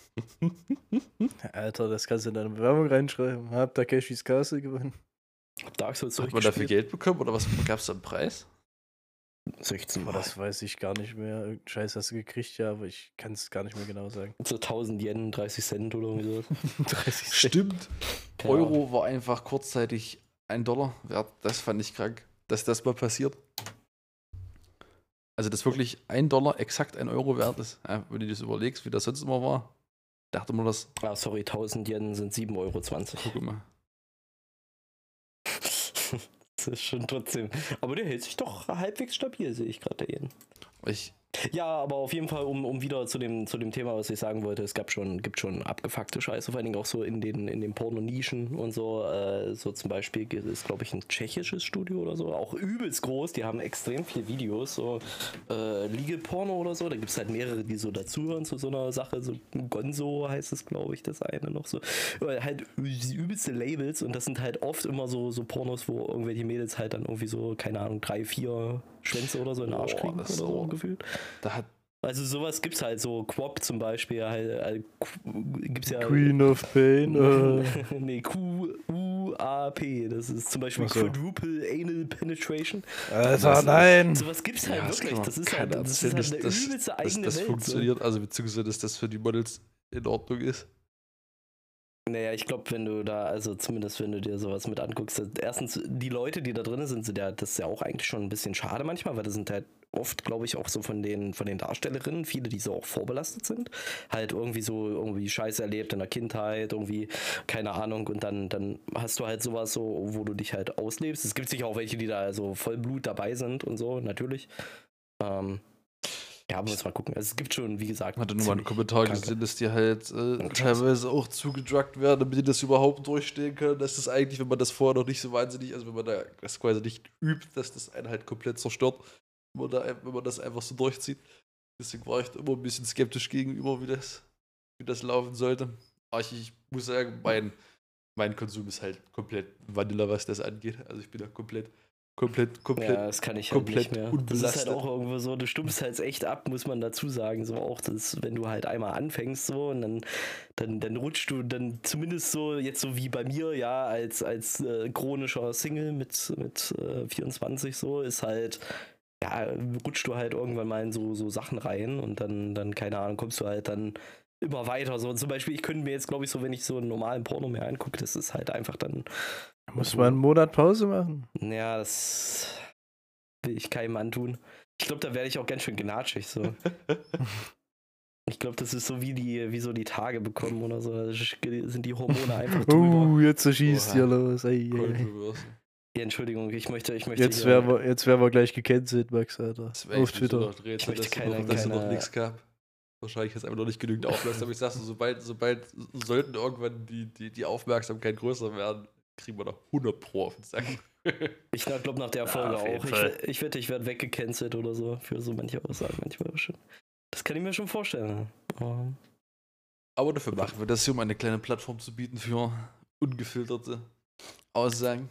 Alter, das kannst du in deine Bewerbung reinschreiben. Hab Takeshis Castle gewonnen. Dark Souls Hat man dafür Geld bekommen oder was gab es da einen Preis? sechzehn Aber Mal. das weiß ich gar nicht mehr. Irgendeinen Scheiß hast du gekriegt, ja, aber ich kann es gar nicht mehr genau sagen. So tausend Yen, dreißig Cent oder irgendwie sowas. dreißig Cent. Stimmt. Keine Euro war einfach kurzzeitig ein Dollar wert. Das fand ich krank, dass das mal passiert. Also, dass wirklich ein Dollar exakt ein Euro wert ist. Ja, wenn du dir das überlegst, wie das sonst immer war, dachte man das, Ah, sorry, tausend Yen sind sieben Euro zwanzig. guck mal. Das ist schon trotzdem. Aber der hält sich doch halbwegs stabil, sehe ich gerade, der Yen. Ich, Ja, aber auf jeden Fall, um, um wieder zu dem, zu dem Thema, was ich sagen wollte, es gab schon, gibt schon abgefuckte Scheiße, vor allen Dingen auch so in den, in den Porno-Nischen und so. Äh, so zum Beispiel ist, glaube ich, ein tschechisches Studio oder so, auch übelst groß, die haben extrem viel Videos, so äh, Legal Porno oder so, da gibt es halt mehrere, die so dazuhören zu so einer Sache, so Gonzo heißt es, glaube ich, das eine noch so. Äh, halt die übelste Labels und das sind halt oft immer so, so Pornos, wo irgendwelche Mädels halt dann irgendwie so, keine Ahnung, drei, vier Schwänze oder so in den Arsch Boah, kriegen oder das ist so aber- gefühlt. da hat Also sowas gibt's halt, so Quop zum Beispiel, halt, halt Qu- gibt's ja. Queen of Pain. Äh. nee, Q U A P. Das ist zum Beispiel Ach so. Quadruple Anal Penetration. Alter, Das- nein! Sowas gibt's halt Ja, das wirklich. kann man Das ist keiner halt, das ist erzählen, halt eine dass- übelste dass eigene das Welt. funktioniert, also beziehungsweise dass das für die Models in Ordnung ist. So. Naja, ich glaube, wenn du da, also zumindest wenn du dir sowas mit anguckst, dass erstens, die Leute, die da drin sind, sind ja, das ist ja auch eigentlich schon ein bisschen schade manchmal, weil das sind halt oft, glaube ich, auch so von den, von den Darstellerinnen, viele, die so auch vorbelastet sind, halt irgendwie so irgendwie Scheiße erlebt in der Kindheit, irgendwie, keine Ahnung, und dann, dann hast du halt sowas so, wo du dich halt auslebst. Es gibt sicher auch welche, die da also Vollblut dabei sind und so, natürlich. Ähm, ja, muss mal gucken. Also es gibt schon, wie gesagt, Ich hatte nur mal einen ziemlich Kommentar kranke- gesehen, dass die halt äh, Kranke teilweise auch zugedruckt werden, damit die das überhaupt durchstehen können. Dass das eigentlich, wenn man das vorher noch nicht so wahnsinnig, also wenn man da das quasi nicht übt, dass das einen halt komplett zerstört, wenn man, da, wenn man das einfach so durchzieht. Deswegen war ich da immer ein bisschen skeptisch gegenüber, wie das, wie das laufen sollte. Aber ich, ich muss sagen, mein, mein Konsum ist halt komplett Vanilla, was das angeht. Also ich bin da komplett, komplett, komplett. Ja, das kann ich halt komplett nicht mehr. Das ist halt unbelastet. auch irgendwo so, du stumpfst halt echt ab, muss man dazu sagen. So auch, das, wenn du halt einmal anfängst so und dann, dann, dann rutscht du dann zumindest so, jetzt so wie bei mir, ja, als, als äh, chronischer Single mit, mit äh, vierundzwanzig so, ist halt, ja, rutscht du halt irgendwann mal in so, so Sachen rein und dann, dann, keine Ahnung, kommst du halt dann immer weiter. So zum Beispiel, ich könnte mir jetzt, glaube ich, so, wenn ich so einen normalen Porno mehr angucke, das ist halt einfach dann. Muss man einen Monat Pause machen? Ja, das will ich keinem antun. Ich glaube, da werde ich auch ganz schön gnatschig. So. Ich glaube, das ist so wie die, wie so die Tage bekommen oder so. Da sind die Hormone einfach drüber. Uh, jetzt schießt Oha. hier los. Ei, ei, ei. Controversy. Ja, Entschuldigung, ich möchte, ich möchte Jetzt hier- werden wir, jetzt werden wir gleich gecancelt, Max, Alter. Das wär Auf echt so Twitter. noch Rätsel, Ich möchte dass, keine- noch, dass keine- noch nichts gab. Wahrscheinlich ist einfach noch nicht genügend Auflass, aber ich sag's so, sobald, sobald sollten irgendwann die, die, die Aufmerksamkeit größer werden, kriegen wir da hundert Pro auf den Sack. Ich glaube, nach der Ja, Folge auf jeden auch. Ich, Fall. we- ich wette, ich werde weggecancelt oder so für so manche Aussagen manchmal schon. Das kann ich mir schon vorstellen. Aber Aber dafür machen wir das hier, um eine kleine Plattform zu bieten für ungefilterte Aussagen.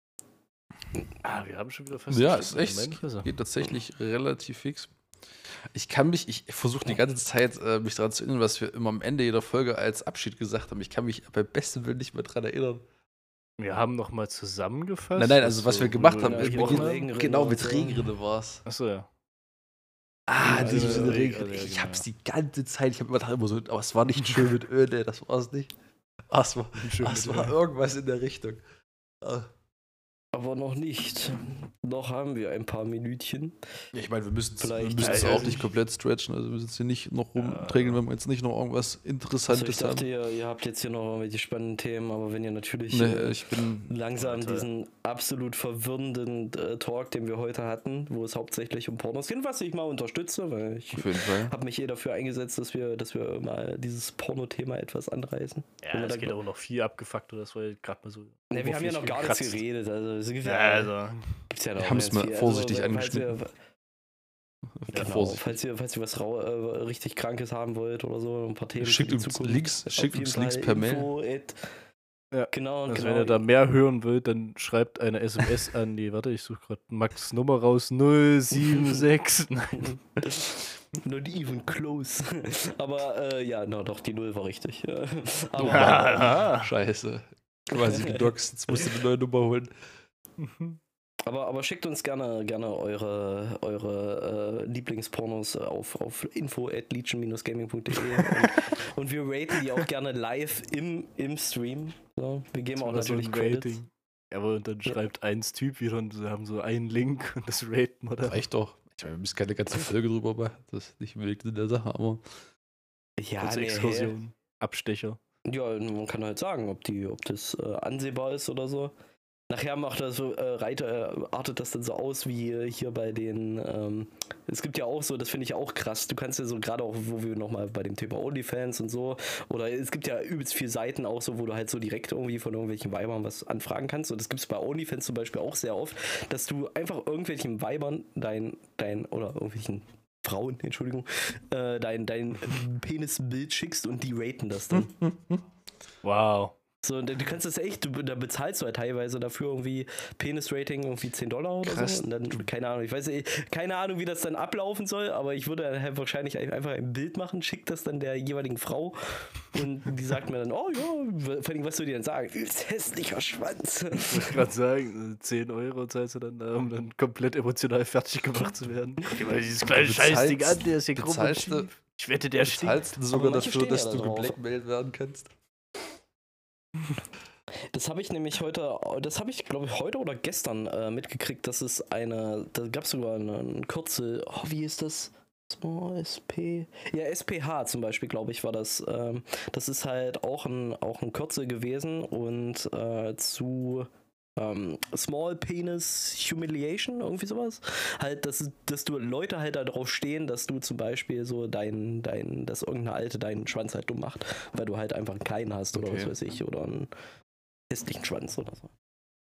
Ah, wir haben schon wieder fast. Ja, eine ist Stunde. echt. Meine Fresse. Geht tatsächlich relativ fix. Ich kann mich, ich versuche die ganze Zeit, äh, mich daran zu erinnern, was wir immer am Ende jeder Folge als Abschied gesagt haben. Ich kann mich beim besten Willen nicht mehr dran erinnern. Wir haben nochmal zusammengefasst. Nein, nein, also was wir gemacht haben. ja, Ich hier bin mit ge- Regenrinne genau, und mit so. Regenrinne war es. Achso, ja. Ah, Ja, die also, also, ja, Regenrinne. also, ja, Ich genau, hab's ja. die ganze Zeit, ich hab immer, immer so, aber es war nicht schön mit Öl, nee, das war es nicht. Ah, es war, Schön ah, es mit war Öl. irgendwas in der Richtung. Ah. Aber noch nicht. Noch haben wir ein paar Minütchen. Ja, ich meine, wir müssen es Vielleicht- ja, Ja, auch ja, nicht ich- komplett stretchen, also wir müssen jetzt hier nicht noch rumträgen, wenn wir jetzt nicht noch irgendwas Also Interessantes ich dachte, haben. ihr, ihr habt jetzt hier noch irgendwelche spannenden Themen, aber wenn ihr natürlich Nee, äh, ich bin. langsam Alter. diesen absolut verwirrenden äh, Talk, den wir heute hatten, wo es hauptsächlich um Pornos geht, was ich mal unterstütze, weil ich Auf jeden Fall. habe mich eh dafür eingesetzt, dass wir, dass wir mal dieses Porno-Thema etwas anreißen. Wenn Ja, wir es da- geht auch noch viel abgefuckt, oder das war gerade mal so. Ne, wir haben ja noch gar nichts gekratzt. geredet, also es gibt Ja, ja, also. gibt's ja noch Wir haben's ganz mal viel. vorsichtig falls angeschnitten. Ihr, genau, Vorsichtig. falls ihr, falls ihr was rau, äh, richtig Krankes haben wollt oder so, ein paar Themen Schickt für die uns Zukunft, Links- auf schickt jeden uns Fall Links per Mail. Info at- Ja, Genau, Also genau. wenn ihr da mehr hören wollt, dann schreibt eine S M S an die, warte, ich suche gerade Max Nummer raus, null sieben sechs. Nein. Not even close. Aber äh, ja, na doch, die Null war richtig. Ja. Aber, Ah. Scheiße. Quasi gedoxt, jetzt musst du eine neue Nummer holen. aber, aber schickt uns gerne, gerne eure, eure äh, Lieblingspornos auf, auf info at legion gaming punkt de und, und wir raten die auch gerne live im, im Stream. So, wir geben auch Oder so ein natürlich Credits. Rating. Ja, aber und dann Ja. schreibt eins Typ wieder und sie haben so einen Link und das raten wir dann. Reicht doch. Ich meine, wir müssen keine ganze Folge drüber machen. Das ist nicht unbedingt in der Sache, aber. Ja, Kurze nee, Exkursion. Abstecher. Ja, man kann halt sagen, ob, die, ob das äh, ansehbar ist oder so. Nachher macht das so, äh, Reiter, äh, artet das dann so aus wie äh, hier bei den, ähm, es gibt ja auch so, das finde ich auch krass, du kannst ja so, gerade auch, wo wir nochmal bei dem Thema OnlyFans und so, oder es gibt ja übelst viele Seiten auch so, wo du halt so direkt irgendwie von irgendwelchen Weibern was anfragen kannst, und das gibt es bei OnlyFans zum Beispiel auch sehr oft, dass du einfach irgendwelchen Weibern dein, dein, oder irgendwelchen Frauen, Entschuldigung, äh, dein, dein Penisbild schickst und die raten das dann. Wow. So, und du kannst das echt, du, da bezahlst du halt teilweise dafür irgendwie Penis-Rating irgendwie zehn Dollar oder Krass. so. Und dann, keine Ahnung, ich weiß nicht, keine Ahnung, wie das dann ablaufen soll, aber ich würde dann halt wahrscheinlich einfach ein Bild machen, schick das dann der jeweiligen Frau und die sagt mir dann, oh ja, vor allem, was soll die dann sagen? Übelst hässlicher Schwanz. Ich wollte gerade sagen, zehn Euro zahlst du dann da, um dann komplett emotional fertig gemacht zu werden. Guck dir mal dieses kleine Scheißding an, der ist hier krumm und bezahlst du- schief. Ich wette, der stinkt. Zahlst du sogar manche dafür, stehen ja dass da du drauf. geblackmailt werden kannst? Das habe ich nämlich heute, das habe ich glaube ich heute oder gestern äh, mitgekriegt, dass es eine, da gab es sogar eine, ein Kürzel, oh, wie ist das? Small S P, ja S P H zum Beispiel, glaube ich, war das. Ähm, das ist halt auch ein, auch ein Kürzel gewesen und äh, zu ähm, Small Penis Humiliation, irgendwie sowas. Halt, dass, dass du Leute halt darauf stehen, dass du zum Beispiel so dein, dein, dass irgendeine Alte deinen Schwanz halt dumm macht, weil du halt einfach einen kleinen hast oder Okay. was weiß ich, oder einen hässlichen Schwanz oder so.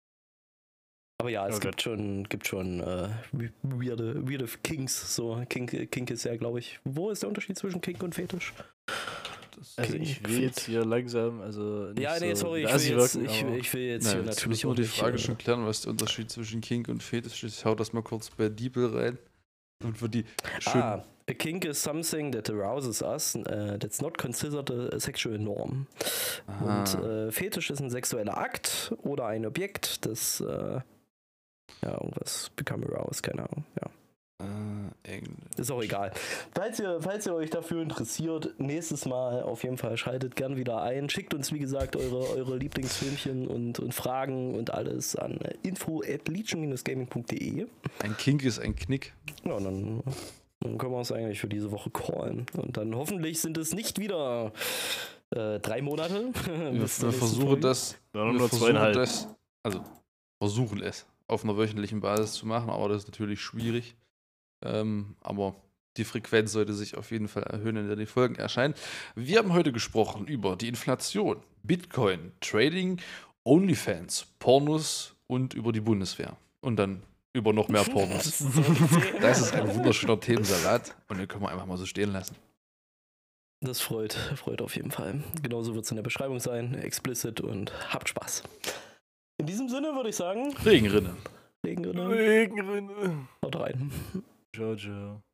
Aber ja, es Okay. gibt schon, gibt schon äh, weirde, weirde Kinks. So, Kink, Kink ist ja, glaube ich. Wo ist der Unterschied zwischen Kink und Fetisch? Das Also Kink, ich will jetzt hier langsam, also nicht Ja, nee, so sorry, ich Nazi will jetzt, wirken, ich, aber ich will jetzt Na, hier jetzt natürlich müssen wir auch die nicht, Frage äh, schon klären, was der Unterschied zwischen Kink und Fetisch ist. Ich hau das mal kurz bei Diebel rein. Und für die schön. Ah, a kink is something that arouses us, uh, that's not considered a sexual norm. Aha. Und äh, Fetisch ist ein sexueller Akt oder ein Objekt, das äh, ja, irgendwas become aroused, keine Ahnung, ja. Äh, Englisch. Ist auch egal. Falls ihr, falls ihr euch dafür interessiert, nächstes Mal auf jeden Fall schaltet gern wieder ein. Schickt uns, wie gesagt, eure, eure Lieblingsfilmchen und, und Fragen und alles an info at legion gaming punkt de. Ein Kink ist ein Knick. Ja, und dann, dann können wir uns eigentlich für diese Woche callen. Und dann hoffentlich sind es nicht wieder äh, drei Monate. Wir, bis zur wir nächsten versuchen Folge. das. Ja, Wir nur versuchen zweieinhalb. das. Also, versuchen es auf einer wöchentlichen Basis zu machen, aber das ist natürlich schwierig. Ähm, aber die Frequenz sollte sich auf jeden Fall erhöhen, in der die Folgen erscheinen. Wir haben heute gesprochen über die Inflation, Bitcoin, Trading, OnlyFans, Pornos und über die Bundeswehr. Und dann über noch mehr Pornos. Das ist ein wunderschöner Themensalat und den können wir einfach mal so stehen lassen. Das freut, freut auf jeden Fall. Genauso wird es in der Beschreibung sein, explicit und habt Spaß. In diesem Sinne würde ich sagen, Regenrinnen. Regenrinne, Regenrinne. haut rein. Ciao, ciao.